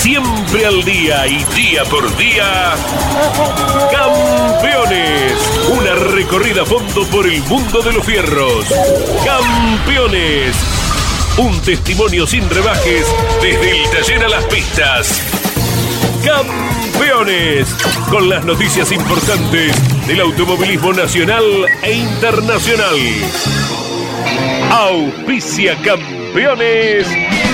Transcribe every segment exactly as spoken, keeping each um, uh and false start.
Siempre al día y día por día, Campeones. Una recorrida a fondo por el mundo de los fierros. Campeones. Un testimonio sin rebajes desde el taller a las pistas. Campeones. Con las noticias importantes del automovilismo nacional e internacional. Auspicia Campeones.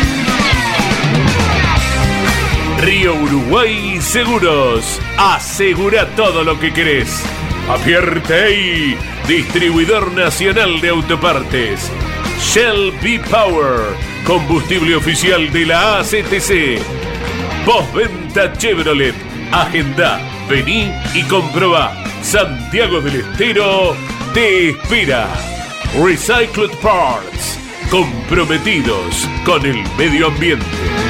Río Uruguay Seguros. Asegura todo lo que querés. Apierte, distribuidor nacional de autopartes. Shell V-Power, combustible oficial de la A C T C. Postventa Chevrolet. Agenda, vení y comprobá. Santiago del Estero te espera. Recycled Parts, comprometidos con el medio ambiente.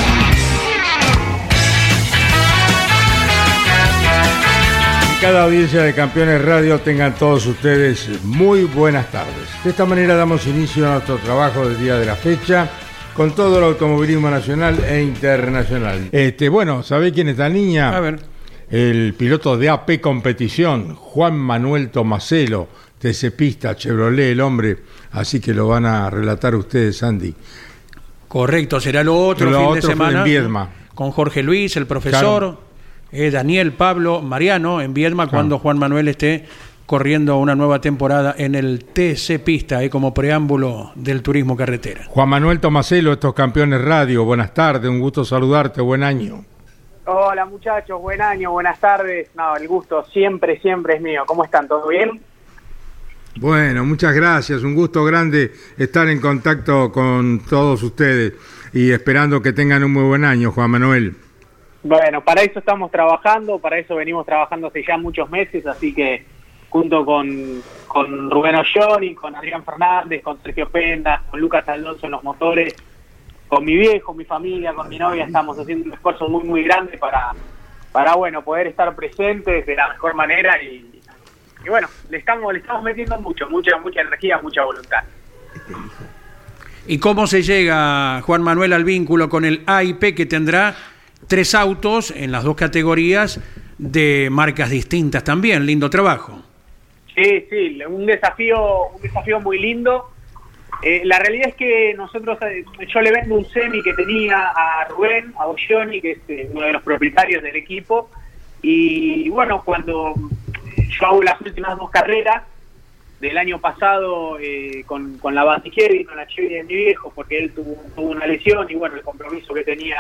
Cada audiencia de Campeones Radio, tengan todos ustedes muy buenas tardes. De esta manera damos inicio a nuestro trabajo del día de la fecha con todo el automovilismo nacional e internacional. Este, bueno, ¿sabés quién es la niña? A ver. El piloto de A P Competición, Juan Manuel Tomaselo, T C Pista, Chevrolet, el hombre, así que lo van a relatar ustedes, Andy. Correcto, será lo otro lo fin otro de semana en Viedma. Con Jorge Luis, el profesor. Claro. Eh, Daniel, Pablo, Mariano en Viedma, claro, cuando Juan Manuel esté corriendo una nueva temporada en el T C Pista, eh, como preámbulo del turismo carretera. Juan Manuel Tomaselo, estos Campeones Radio, buenas tardes, un gusto saludarte, buen año. Hola muchachos, buen año, buenas tardes. No, el gusto siempre, siempre es mío. ¿Cómo están? ¿Todo bien? Bueno, muchas gracias, un gusto grande estar en contacto con todos ustedes y esperando que tengan un muy buen año, Juan Manuel. Bueno, para eso estamos trabajando, para eso venimos trabajando hace ya muchos meses, así que junto con, con Rubén Olloni, con Adrián Fernández, con Sergio Pendas, con Lucas Alonso en los motores, con mi viejo, mi familia, con mi novia, estamos haciendo un esfuerzo muy, muy grande para, para bueno, poder estar presentes de la mejor manera y, y bueno, le estamos, le estamos metiendo mucho, mucha, mucha energía, mucha voluntad. ¿Y cómo se llega, Juan Manuel, al vínculo con el A I P, que tendrá tres autos en las dos categorías de marcas distintas también? Lindo trabajo. Sí, sí, un desafío, un desafío muy lindo. Eh, la realidad es que nosotros, eh, yo le vendo un semi que tenía a Rubén, a Olloni, que es eh, uno de los propietarios del equipo, y bueno, cuando yo hago las últimas dos carreras del año pasado eh, con, con la Bandichevy, con la Chevy de mi viejo, porque él tuvo, tuvo una lesión y bueno, el compromiso que tenía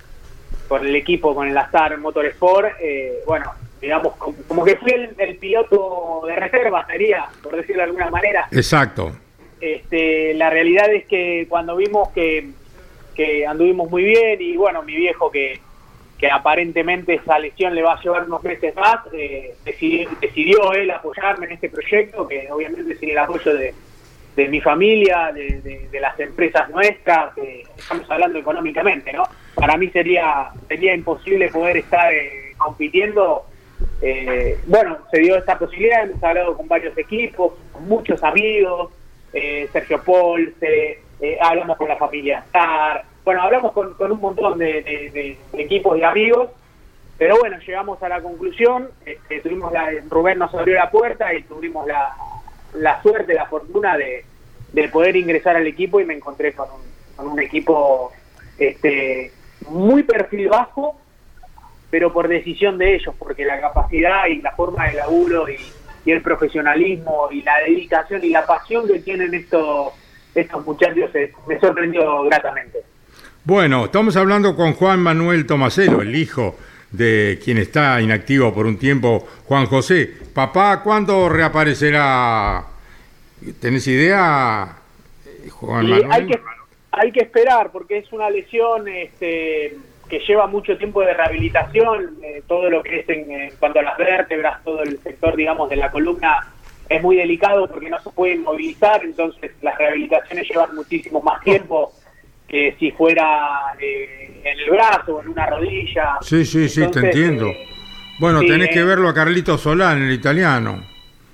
con el equipo, con el Astar Motorsport, eh, bueno, digamos, como, como que fui el, el piloto de reserva, sería, por decirlo de alguna manera. Exacto. Este, la realidad es que cuando vimos que, que anduvimos muy bien y bueno, mi viejo que, que aparentemente esa lesión le va a llevar unos meses más, eh, decidió, decidió él apoyarme en este proyecto, que obviamente sin el apoyo de, de mi familia, de, de, de las empresas nuestras, eh, estamos hablando económicamente, ¿no? Para mí sería sería imposible poder estar eh, compitiendo. Eh, bueno, se dio esta posibilidad, hemos hablado con varios equipos, con muchos amigos, eh, Sergio Polse, eh, hablamos con la familia Star, bueno, hablamos con, con un montón de, de, de, de equipos y amigos, pero bueno, llegamos a la conclusión, este, tuvimos la, Rubén nos abrió la puerta y tuvimos la, la suerte, la fortuna de, de poder ingresar al equipo y me encontré con un, con un equipo este muy perfil bajo, pero por decisión de ellos, porque la capacidad y la forma de laburo y, y el profesionalismo y la dedicación y la pasión que tienen estos, estos muchachos eh, me sorprendió gratamente. Bueno, estamos hablando con Juan Manuel Tomaselo, el hijo de quien está inactivo por un tiempo, Juan José. Papá, ¿cuándo reaparecerá? ¿Tenés idea, Juan Manuel? Hay que, hay que esperar, porque es una lesión este, que lleva mucho tiempo de rehabilitación, eh, todo lo que es en, en cuanto a las vértebras, todo el sector, digamos, de la columna es muy delicado porque no se puede movilizar, entonces las rehabilitaciones llevan muchísimo más tiempo que si fuera eh, en el brazo o en una rodilla. Sí, sí, sí, entonces, te entiendo. Eh, bueno, sí, tenés eh, que verlo a Carlito Solá en el italiano.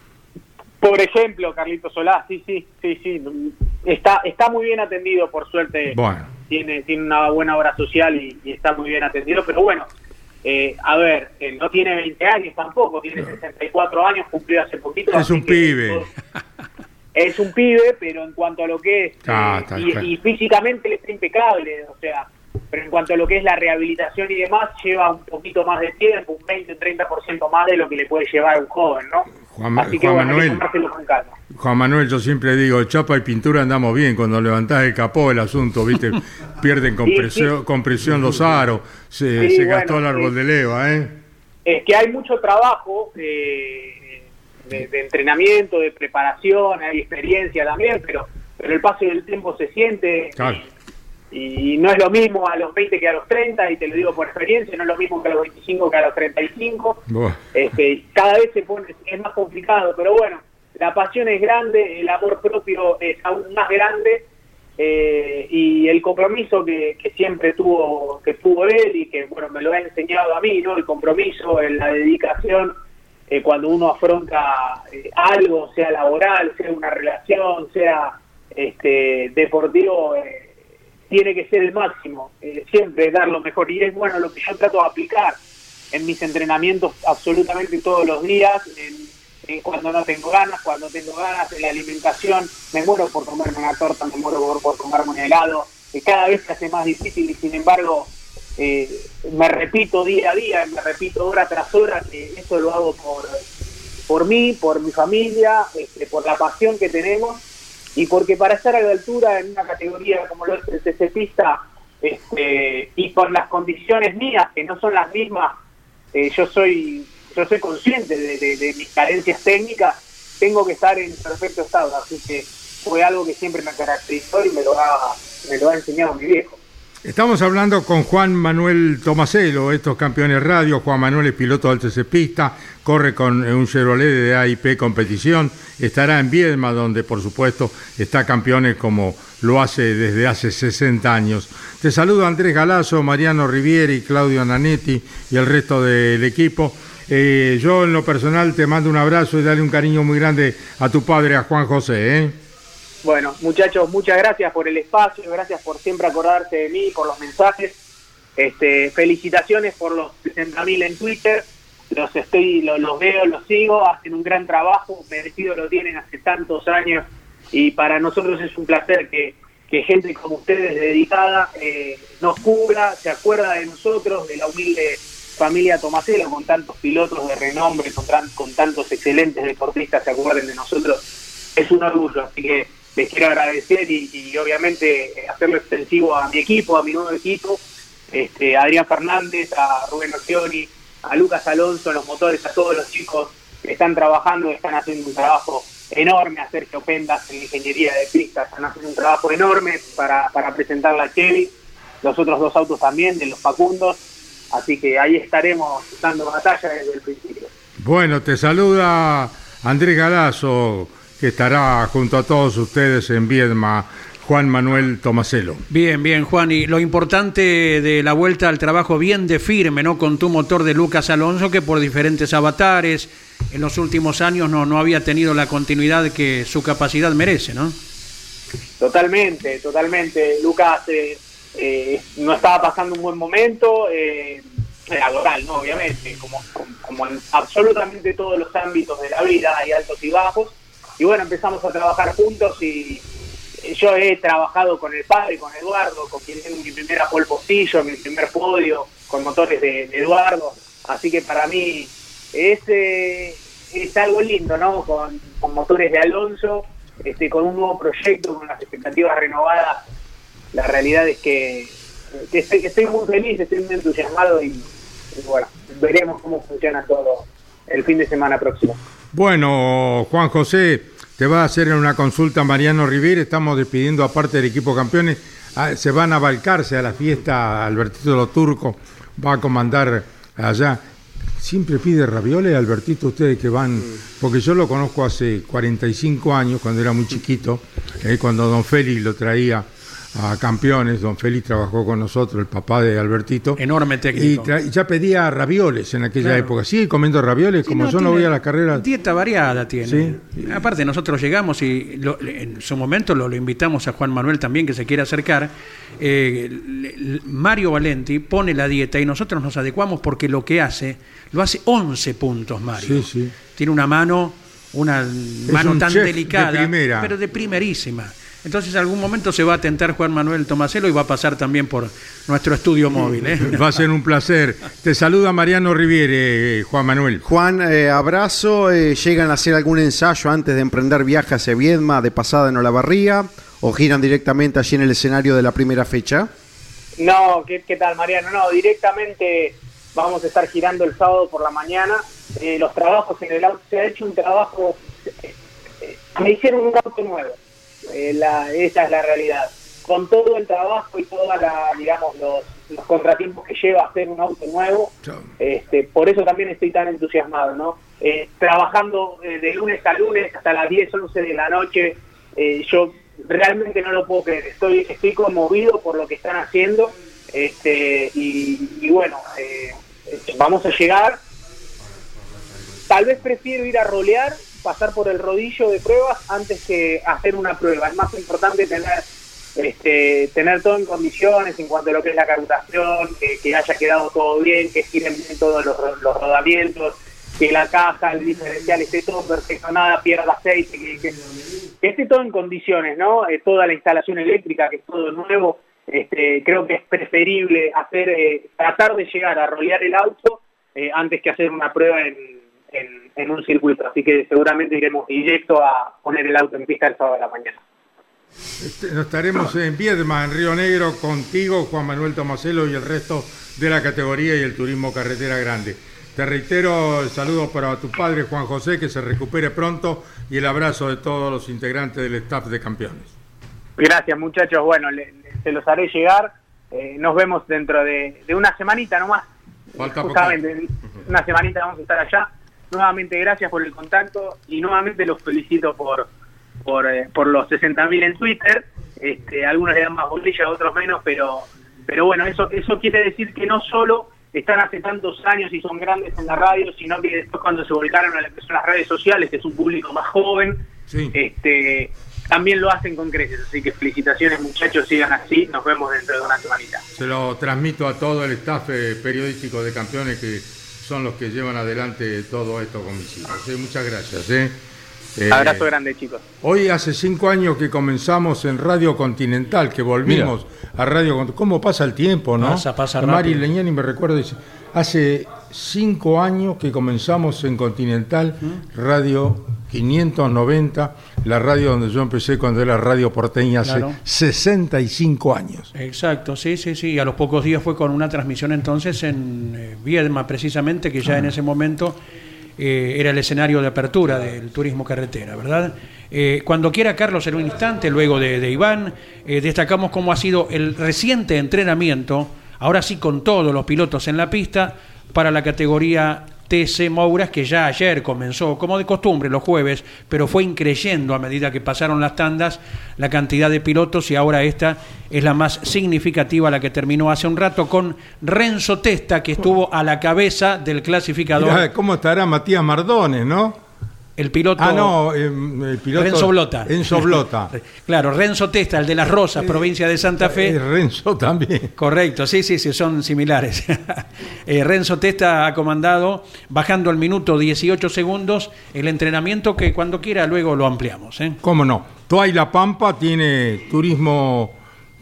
Por ejemplo, Carlito Solá, sí, sí, sí, sí. Está, está muy bien atendido, por suerte, bueno. tiene, tiene una buena obra social y, y está muy bien atendido, pero bueno, eh, a ver, eh, no tiene veinte años tampoco, tiene sesenta y cuatro años, cumplió hace poquito. Es un pibe. Es un pibe, pero en cuanto a lo que es, ah, eh, y, y físicamente está impecable, o sea, pero en cuanto a lo que es la rehabilitación y demás, lleva un poquito más de tiempo, un veinte, treinta por ciento más de lo que le puede llevar a un joven, ¿no? Juan, Así que Juan bueno, Manuel, hay que tomárselo con calma. Juan Manuel, yo siempre digo, chapa y pintura andamos bien, cuando levantás el capó el asunto, viste, pierden compresión, sí, sí. compresión los aros, se, sí, se bueno, gastó el árbol sí. de leva, ¿eh? Es que hay mucho trabajo eh, de, de entrenamiento, de preparación, hay experiencia también, pero, pero el paso del tiempo se siente. Claro. Y no es lo mismo a los veinte que a los treinta, y te lo digo por experiencia, no es lo mismo que a los veinticinco que a los treinta y cinco. Este, cada vez se pone, es más complicado, pero bueno, la pasión es grande, el amor propio es aún más grande, eh, y el compromiso que, que siempre tuvo que tuvo él y que bueno me lo ha enseñado a mí, ¿no? El compromiso, la dedicación, eh, cuando uno afronta eh, algo, sea laboral, sea una relación, sea este deportivo, eh, tiene que ser el máximo, eh, siempre dar lo mejor, y es bueno lo que yo trato de aplicar en mis entrenamientos absolutamente todos los días, en, en cuando no tengo ganas, cuando tengo ganas, en la alimentación, me muero por comerme una torta, me muero por, por comerme un helado, que cada vez se hace más difícil y sin embargo eh, me repito día a día, me repito hora tras hora que esto lo hago por, por mí, por mi familia, este, por la pasión que tenemos. Y porque para estar a la altura en una categoría como lo es el T C Pista, este, y con las condiciones mías, que no son las mismas, eh, yo soy yo soy consciente de, de, de mis carencias técnicas, tengo que estar en perfecto estado, así que fue algo que siempre me caracterizó y me lo ha, me lo ha enseñado mi viejo. Estamos hablando con Juan Manuel Tomaselo, estos campeones radio. Juan Manuel es piloto del T C Pista, corre con un Chevrolet de A I P Competición, estará en Viedma, donde por supuesto está campeones como lo hace desde hace sesenta años. Te saludo Andrés Galazo, Mariano Rivieri, Claudio Nanetti y el resto del equipo. Eh, yo en lo personal te mando un abrazo y dale un cariño muy grande a tu padre, a Juan José, ¿eh? Bueno, muchachos, muchas gracias por el espacio, gracias por siempre acordarse de mí, por los mensajes. Este, felicitaciones por los sesenta mil en Twitter, los estoy, los, los veo, los sigo, hacen un gran trabajo, merecido lo tienen hace tantos años, y para nosotros es un placer que, que gente como ustedes dedicada eh, nos cubra, se acuerda de nosotros, de la humilde familia Tomaselo, con tantos pilotos de renombre, con, con tantos excelentes deportistas, se acuerden de nosotros, es un orgullo, así que les quiero agradecer y, y obviamente hacerlo extensivo a mi equipo, a mi nuevo equipo, este, a Adrián Fernández, a Rubén Orgioni, a Lucas Alonso, los motores, a todos los chicos que están trabajando, están haciendo un trabajo enorme, a Sergio Pendas en ingeniería de pistas, están haciendo un trabajo enorme para, para presentar la Chevy, los otros dos autos también, de los Facundos, así que ahí estaremos dando batalla desde el principio. Bueno, te saluda Andrés Galazo, que estará junto a todos ustedes en Viedma, Juan Manuel Tomaselo. Bien, bien, Juan, y lo importante de la vuelta al trabajo bien de firme, ¿no? Con tu motor de Lucas Alonso, que por diferentes avatares en los últimos años no, no había tenido la continuidad que su capacidad merece, ¿no? Totalmente, totalmente. Lucas eh, eh, no estaba pasando un buen momento, eh, laboral, ¿no? Obviamente, como, como, como en absolutamente todos los ámbitos de la vida hay altos y bajos. Y bueno, empezamos a trabajar juntos y yo he trabajado con el padre, con Eduardo, con quien tengo mi primera pole position, mi primer podio, con motores de, de Eduardo. Así que para mí es, eh, es algo lindo, ¿no? Con, con motores de Alonso, este, con un nuevo proyecto, con las expectativas renovadas. La realidad es que, que estoy, estoy muy feliz, estoy muy entusiasmado y, y bueno, veremos cómo funciona todo el fin de semana próximo. Bueno, Juan José, te va a hacer una consulta Mariano Riviere. Estamos despidiendo aparte del equipo campeones. Ah, se van a Balcarce a la fiesta. Albertito Lo Turco va a comandar allá. Siempre pide ravioles, Albertito, ustedes que van, porque yo lo conozco hace cuarenta y cinco años, cuando era muy chiquito, eh, cuando don Félix lo traía a Campeones, don Félix trabajó con nosotros, el papá de Albertito. Enorme técnico. Y, tra- y ya pedía ravioles en aquella Claro. época. ¿Sigue comiendo ravioles? Sí, Como no, yo no tiene voy a las carreras. Dieta variada tiene. Sí. Aparte, nosotros llegamos y lo- en su momento lo, lo invitamos a Juan Manuel también, que se quiere acercar. Eh, le- le- Mario Valenti pone la dieta y nosotros nos adecuamos porque lo que hace, lo hace once puntos, Mario. Sí, sí. Tiene una mano, una mano un tan chef de delicada, primera. pero de primerísima. Entonces, en algún momento se va a tentar Juan Manuel Tomaselo y va a pasar también por nuestro estudio móvil. ¿eh? Va a ser un placer. Te saluda Mariano Riviere, eh, Juan Manuel. Juan, eh, abrazo. Eh, ¿Llegan a hacer algún ensayo antes de emprender viaje hacia Viedma de pasada en Olavarría? ¿O giran directamente allí en el escenario de la primera fecha? No, ¿qué, qué tal, Mariano? No, directamente vamos a estar girando el sábado por la mañana. Eh, los trabajos en el auto, se ha hecho un trabajo, eh, eh, me hicieron un auto nuevo, eh, la, esa es la realidad. Con todo el trabajo y toda la, digamos, los, los contratiempos que lleva hacer un auto nuevo, este, por eso también estoy tan entusiasmado, ¿no? Eh, trabajando eh, de lunes a lunes hasta las diez, once de la noche, eh, yo realmente no lo puedo creer, estoy estoy conmovido por lo que están haciendo, este y, y bueno, eh, vamos a llegar. Tal vez prefiero ir a rolear, pasar por el rodillo de pruebas antes que hacer una prueba. Es más importante tener este tener todo en condiciones en cuanto a lo que es la carburación, que, que haya quedado todo bien, que giren bien todos los, los rodamientos, que la caja, el diferencial esté todo perfecto, nada pierda aceite, que, que, que esté todo en condiciones, ¿no? Eh, toda la instalación eléctrica, que es todo nuevo. Este, creo que es preferible hacer eh, tratar de llegar a rolear el auto eh, antes que hacer una prueba en, en, en un circuito. Así que seguramente iremos directo a poner el auto en pista el sábado de la mañana. Este, nos estaremos en Viedma, en Río Negro, contigo, Juan Manuel Tomaselo, y el resto de la categoría y el turismo carretera grande. Te reitero el saludo para tu padre, Juan José, que se recupere pronto, y el abrazo de todos los integrantes del staff de Campeones. Gracias, muchachos. Bueno, le, le, se los haré llegar. Eh, nos vemos dentro de, de una semanita nomás. Falta Justamente, en una semanita vamos a estar allá. Nuevamente, gracias por el contacto y nuevamente los felicito por por, eh, por los sesenta mil en Twitter. Este, algunos le dan más bolilla, otros menos, pero pero bueno, eso eso quiere decir que no solo están hace tantos años y son grandes en la radio, sino que después cuando se volcaron a lo que son las redes sociales, que es un público más joven, sí. este también lo hacen con creces. Así que felicitaciones, muchachos, sigan así, nos vemos dentro de una semanita. Se lo transmito a todo el staff eh, periodístico de Campeones, que son los que llevan adelante todo esto con mis hijos. ¿eh? Muchas gracias. ¿eh? Eh, Abrazo grande, chicos. Hoy hace cinco años que comenzamos en Radio Continental, que volvimos Mira. a Radio Continental. ¿Cómo pasa el tiempo, no? Pasa, pasa Mari rápido. Leñani me recuerda, dice, hace cinco años que comenzamos en Continental, ¿Mm? Radio quinientos noventa, la radio donde yo empecé cuando era Radio Porteña, hace claro. sesenta y cinco años. Exacto, sí, sí, sí. Y a los pocos días fue con una transmisión entonces en eh, Viedma, precisamente, que ya ah. en ese momento eh, era el escenario de apertura del turismo carretera, ¿verdad? Eh, cuando quiera, Carlos, en un instante, luego de, de Iván, eh, destacamos cómo ha sido el reciente entrenamiento, ahora sí con todos los pilotos en la pista, para la categoría T C Mouras, que ya ayer comenzó, como de costumbre, los jueves, pero fue increyendo a medida que pasaron las tandas la cantidad de pilotos, y ahora esta es la más significativa, la que terminó hace un rato, con Renzo Testa, que estuvo a la cabeza del clasificador. Mirá, ¿cómo estará Matías Mardones, no? El piloto... Ah, no, el piloto... Renzo Blota. Renzo Blota. Claro, Renzo Testa, el de Las Rosas, eh, provincia de Santa Fe. Eh, Renzo también. Correcto, sí, sí, sí, son similares. eh, Renzo Testa ha comandado, bajando el minuto dieciocho segundos, el entrenamiento que cuando quiera luego lo ampliamos. ¿eh? ¿Cómo no? Toa y La Pampa tiene turismo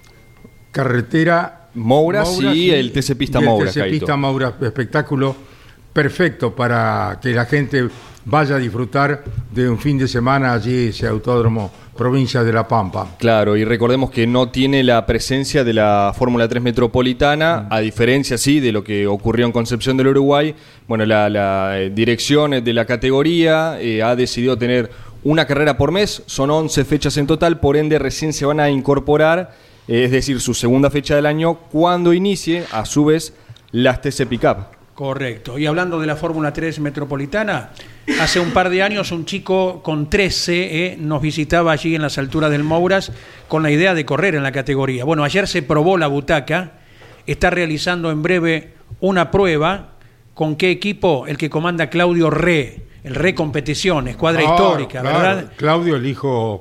carretera... Mouras, Mouras y, y el T C Pista Mouras. El T C Pista Mouras, espectáculo perfecto para que la gente vaya a disfrutar de un fin de semana allí, ese autódromo, provincia de La Pampa. Claro, y recordemos que no tiene la presencia de la Fórmula tres Metropolitana, mm. a diferencia, sí, de lo que ocurrió en Concepción del Uruguay. Bueno, la, la eh, dirección de la categoría eh, ha decidido tener una carrera por mes, son once fechas en total, por ende recién se van a incorporar, eh, es decir, su segunda fecha del año, cuando inicie, a su vez, las T C Pickup. Correcto. Y hablando de la Fórmula tres Metropolitana, Hace un par de años un chico con trece eh, nos visitaba allí en las alturas del Mouras con la idea de correr en la categoría. Bueno, ayer se probó la butaca, está realizando en breve una prueba. ¿Con qué equipo? El que comanda Claudio Re, el Re Competición, escuadra ah, histórica, claro. ¿verdad? Claudio, el hijo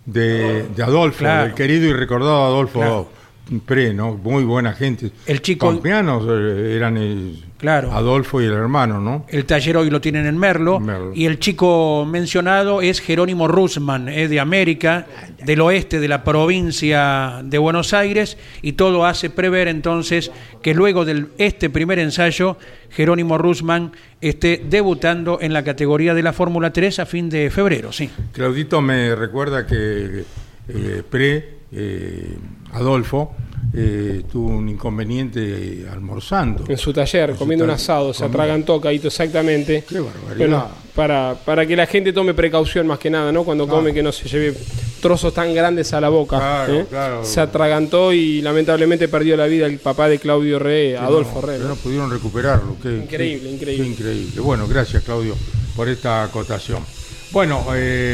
de, de Adolfo, claro. el querido y recordado Adolfo claro. Pre, ¿no? Muy buena gente. El chico... Pampeanos eran el... Claro. Adolfo y el hermano, ¿no? El taller hoy lo tienen en Merlo, Merlo. Y el chico mencionado es Jerónimo Rusman, es de América, del oeste de la provincia de Buenos Aires, y todo hace prever entonces que luego de este primer ensayo, Jerónimo Rusman esté debutando en la categoría de la Fórmula tres a fin de febrero, sí. Claudito me recuerda que eh, Pre, eh, Adolfo, Eh, tuvo un inconveniente almorzando en su taller, en comiendo su un asado, se atragantó, Caíto, exactamente. Qué barbaridad. Bueno, para, para que la gente tome precaución más que nada, ¿no? Cuando claro. come, que no se lleve trozos tan grandes a la boca. Claro, ¿eh? claro. Se atragantó y lamentablemente perdió la vida el papá de Claudio Re, Adolfo no, Re. ¿no? no pudieron recuperarlo. Qué, increíble, qué, increíble. Qué increíble. Bueno, gracias, Claudio, por esta acotación. Bueno, eh,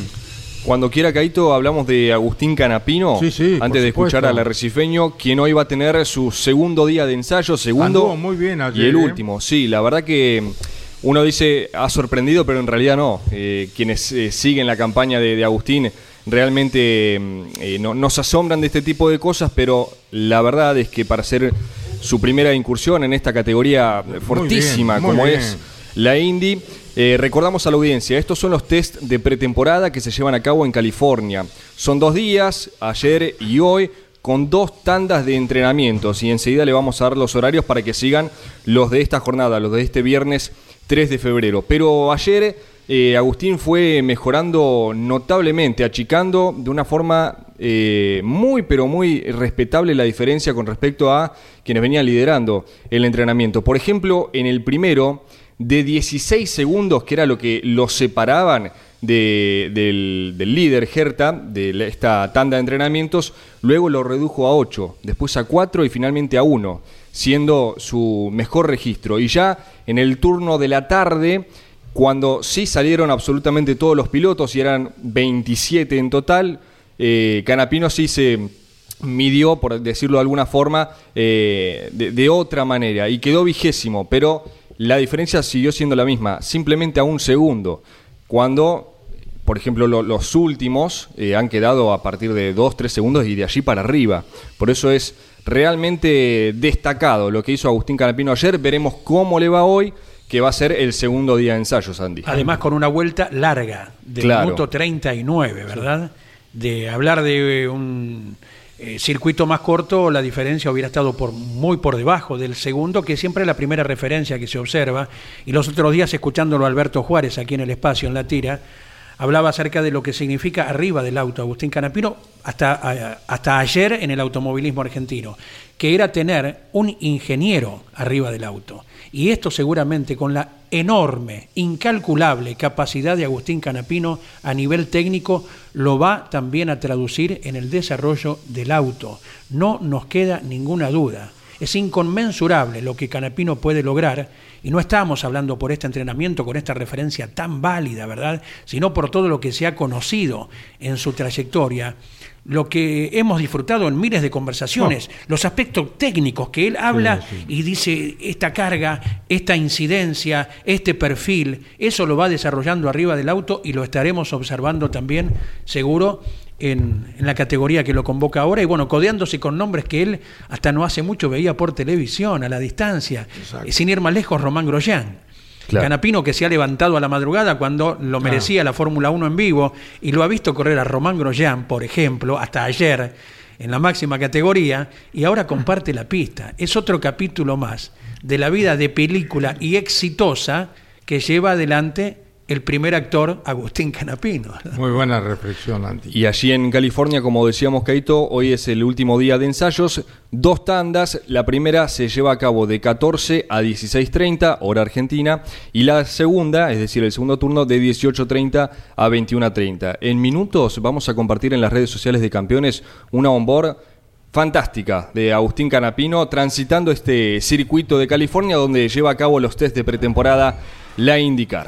cuando quiera, Caíto, hablamos de Agustín Canapino, sí, sí, antes de escuchar al arrecifeño, quien hoy va a tener su segundo día de ensayo, segundo Anduvo muy bien ayer, y el ¿eh? último. Sí, la verdad que uno dice, ha sorprendido, pero en realidad no. Eh, quienes eh, siguen la campaña de, de Agustín realmente eh, no, nos asombran de este tipo de cosas, pero la verdad es que para hacer su primera incursión en esta categoría fortísima muy bien, muy como bien. es la Indy, Eh, recordamos a la audiencia, estos son los test de pretemporada que se llevan a cabo en California. Son dos días, ayer y hoy, con dos tandas de entrenamientos, y enseguida le vamos a dar los horarios para que sigan los de esta jornada, los de este viernes tres de febrero. Pero ayer eh, Agustín fue mejorando notablemente, achicando de una forma eh, muy pero muy respetable la diferencia con respecto a quienes venían liderando el entrenamiento. Por ejemplo, en el primero, de dieciséis segundos, que era lo que los separaban de, del, del líder Herta, de esta tanda de entrenamientos, luego lo redujo a ocho, después a cuatro y finalmente a uno, siendo su mejor registro. Y ya en el turno de la tarde, cuando sí salieron absolutamente todos los pilotos, y eran veintisiete en total, eh, Canapino sí se midió, por decirlo de alguna forma, eh, de, de otra manera, y quedó vigésimo, pero la diferencia siguió siendo la misma, simplemente a un segundo, cuando, por ejemplo, lo, los últimos eh, han quedado a partir de dos, tres segundos y de allí para arriba. Por eso es realmente destacado lo que hizo Agustín Canapino ayer. Veremos cómo le va hoy, que va a ser el segundo día de ensayo, Sandy. Además con una vuelta larga, del claro. minuto treinta y nueve, ¿verdad? De hablar de un... Eh, circuito más corto, la diferencia hubiera estado por muy por debajo del segundo, que siempre es la primera referencia que se observa. Y los otros días, escuchándolo a Alberto Juárez aquí en el espacio, en La Tira, hablaba acerca de lo que significa arriba del auto Agustín Canapino, hasta, hasta ayer en el automovilismo argentino, que era tener un ingeniero arriba del auto. Y esto seguramente con la enorme, incalculable capacidad de Agustín Canapino a nivel técnico lo va también a traducir en el desarrollo del auto. No nos queda ninguna duda. Es inconmensurable lo que Canapino puede lograr, y no estamos hablando por este entrenamiento con esta referencia tan válida, ¿verdad?, sino por todo lo que se ha conocido en su trayectoria, lo que hemos disfrutado en miles de conversaciones, oh. los aspectos técnicos que él habla sí, sí. y dice esta carga, esta incidencia, este perfil, eso lo va desarrollando arriba del auto y lo estaremos observando también, seguro, en, en la categoría que lo convoca ahora, y bueno, codeándose con nombres que él hasta no hace mucho veía por televisión, a la distancia, Exacto. sin ir más lejos, Román Grosjean. Claro. Canapino, que se ha levantado a la madrugada cuando lo merecía ah. la Fórmula uno en vivo, y lo ha visto correr a Román Grosjean, por ejemplo, hasta ayer en la máxima categoría, y ahora comparte la pista. Es otro capítulo más de la vida de película y exitosa que lleva adelante el primer actor, Agustín Canapino. Muy buena reflexión, Andy. Y allí en California, como decíamos, Caito, hoy es el último día de ensayos, dos tandas. La primera se lleva a cabo de catorce a dieciséis treinta, hora argentina, y la segunda, es decir, el segundo turno, de dieciocho treinta a veintiuno treinta. En minutos vamos a compartir en las redes sociales de Campeones una onboard fantástica de Agustín Canapino, transitando este circuito de California donde lleva a cabo los test de pretemporada la IndyCar.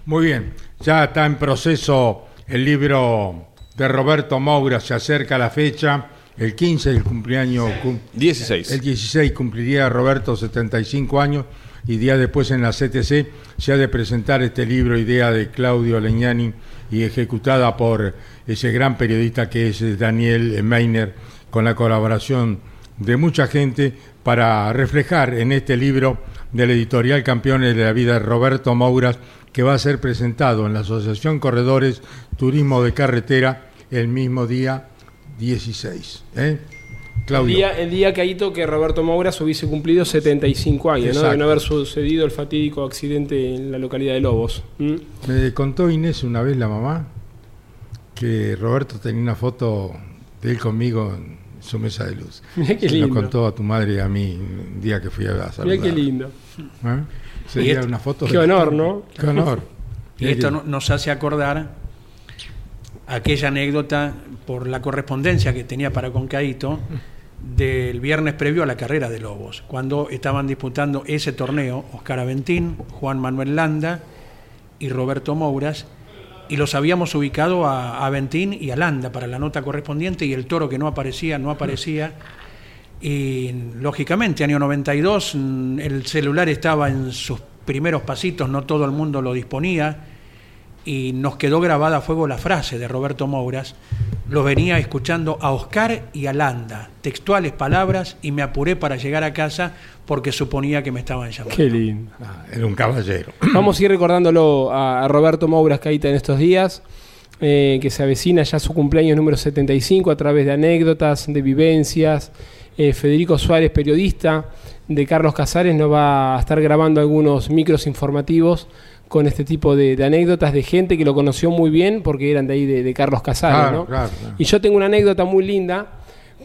Muy bien, ya está en proceso el libro de Roberto Moura, se acerca la fecha, el quince del cumpleaños. Cum, dieciséis. El dieciséis cumpliría Roberto setenta y cinco años y días después en la C T C se ha de presentar este libro, idea de Claudio Legnani y ejecutada por ese gran periodista que es Daniel Meiner, con la colaboración de mucha gente para reflejar en este libro de la editorial Campeones de la Vida de Roberto Moura, que va a ser presentado en la Asociación Corredores Turismo de Carretera el mismo día dieciséis. ¿eh? Claudio. El día, el día Caíto, que Roberto Moura hubiese cumplido setenta y cinco años, ¿no? De no haber sucedido el fatídico accidente en la localidad de Lobos. ¿Mm? Me contó Inés una vez, la mamá, que Roberto tenía una foto de él conmigo en su mesa de luz. Mirá qué Se lindo. lo contó a tu madre y a mí un día que fui a saludar. Mirá qué lindo. ¿Eh? Sería esto, una foto. Qué de... honor, ¿no? Qué honor. Y esto no, nos hace acordar aquella anécdota por la correspondencia que tenía para con Caíto del viernes previo a la carrera de Lobos, cuando estaban disputando ese torneo Oscar Aventín, Juan Manuel Landa y Roberto Mouras, y los habíamos ubicado a Aventín y a Landa para la nota correspondiente, y el toro que no aparecía, no aparecía. Y lógicamente, año noventa y dos, el celular estaba en sus primeros pasitos, no todo el mundo lo disponía, y nos quedó grabada a fuego la frase de Roberto Mouras: los venía escuchando a Oscar y a Landa, textuales palabras, y me apuré para llegar a casa porque suponía que me estaban llamando. Qué lindo. Ah, era un caballero. Vamos a ir recordándolo a, a Roberto Mouras Caíta en estos días, eh, que se avecina ya su cumpleaños número setenta y cinco a través de anécdotas, de vivencias. Eh, Federico Suárez, periodista de Carlos Casares, nos va a estar grabando algunos micros informativos con este tipo de, de anécdotas de gente que lo conoció muy bien porque eran de ahí de, de Carlos Casares, Claro, ¿no? claro, claro. Y yo tengo una anécdota muy linda.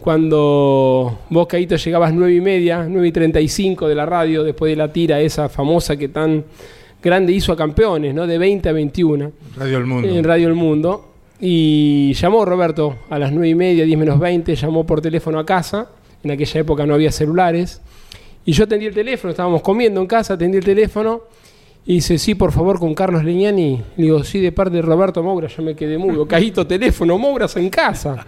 Cuando vos, Caíto, llegabas nueve y media, nueve y treinta y cinco de la radio, después de la tira esa famosa que tan grande hizo a Campeones, ¿no? De veinte a veintiuno. Radio El Mundo. En Radio El Mundo. Y llamó Roberto a las nueve y media, diez menos veinte, llamó por teléfono a casa. En aquella época no había celulares. Y yo atendí el teléfono, estábamos comiendo en casa, atendí el teléfono. Y dice, sí, por favor, con Carlos Legnani. Le digo, sí, de parte de Roberto Moura. Yo me quedé mudo. Caíto, teléfono, Mouras en casa.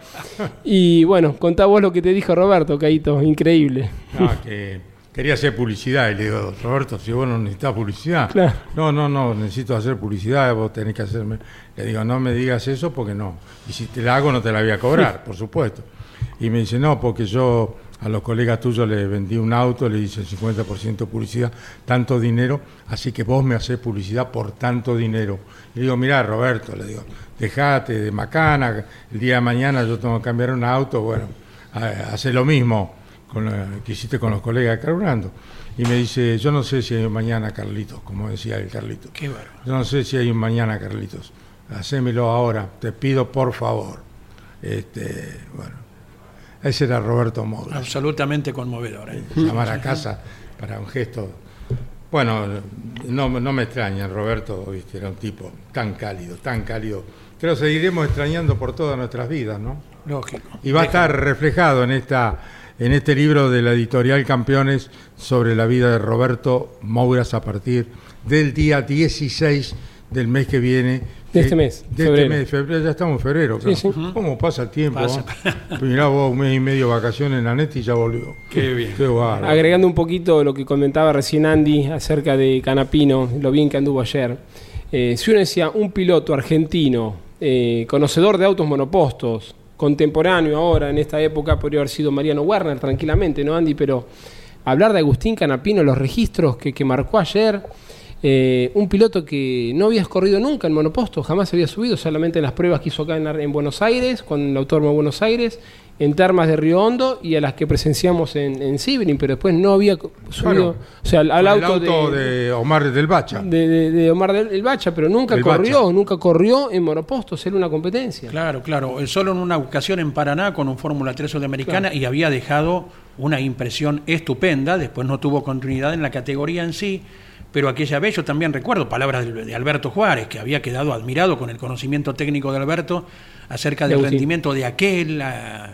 Y bueno, contá vos lo que te dijo Roberto, Caíto. Increíble. Ah, que quería hacer publicidad. Y le digo, Roberto, si vos no necesitas publicidad. Claro. No, no, no, necesito hacer publicidad, vos tenés que hacerme. Le digo, no me digas eso porque no. Y si te la hago, no te la voy a cobrar, por supuesto. Y me dice, no, porque yo a los colegas tuyos les vendí un auto, le hice el cincuenta por ciento publicidad, tanto dinero, así que vos me hacés publicidad por tanto dinero. Y le digo, mirá, Roberto, le digo, dejate de macana, el día de mañana yo tengo que cambiar un auto, bueno, hace lo mismo con lo que hiciste con los colegas de Carburando. Y me dice, yo no sé si hay un mañana, Carlitos, como decía el Carlitos. Qué bárbaro. Yo no sé si hay un mañana, Carlitos. Hacémelo ahora, te pido por favor. Este, bueno. Ese era Roberto Moura. Absolutamente conmovedor. ¿eh? Llamar a casa para un gesto. Bueno, no, no me extraña, Roberto, viste, era un tipo tan cálido, tan cálido, que lo seguiremos extrañando por todas nuestras vidas, ¿no? Lógico. Y va a estar reflejado en esta, en este libro de la editorial Campeones sobre la vida de Roberto Mouras a partir del día dieciséis del mes que viene. De este mes, De febrero. este mes, febrero, ya estamos en febrero. Claro. Sí, sí. ¿Cómo pasa el tiempo? Pasa. ¿no? Mirá vos, un mes y medio de vacaciones en la net y ya volvió. Qué bien. Qué bárbaro. Agregando un poquito lo que comentaba recién Andy acerca de Canapino, lo bien que anduvo ayer. Eh, si uno decía un piloto argentino, eh, conocedor de autos monopostos, contemporáneo ahora, en esta época, podría haber sido Mariano Werner tranquilamente, ¿no, Andy? Pero hablar de Agustín Canapino, los registros que, que marcó ayer, eh, un piloto que no había corrido nunca en monoposto, jamás había subido, solamente en las pruebas que hizo acá en, en Buenos Aires, con el Autódromo de Buenos Aires, en Termas de Río Hondo y a las que presenciamos en, en Sebring, pero después no había subido, Claro. o sea, al, al Con el auto, auto de, de, Omar del Bacha. de, de- de Omar del el Bacha, pero nunca El corrió, Bacha. nunca corrió en monopostos, era una competencia. Claro, claro. Eh, Solo en una ocasión en Paraná con un Fórmula tres Sudamericana Claro. y había dejado una impresión estupenda. Después no tuvo continuidad en la categoría en sí, pero aquella vez yo también recuerdo palabras de, de Alberto Juárez, que había quedado admirado con el conocimiento técnico de Alberto acerca De del Agustín. rendimiento de aquel, ah,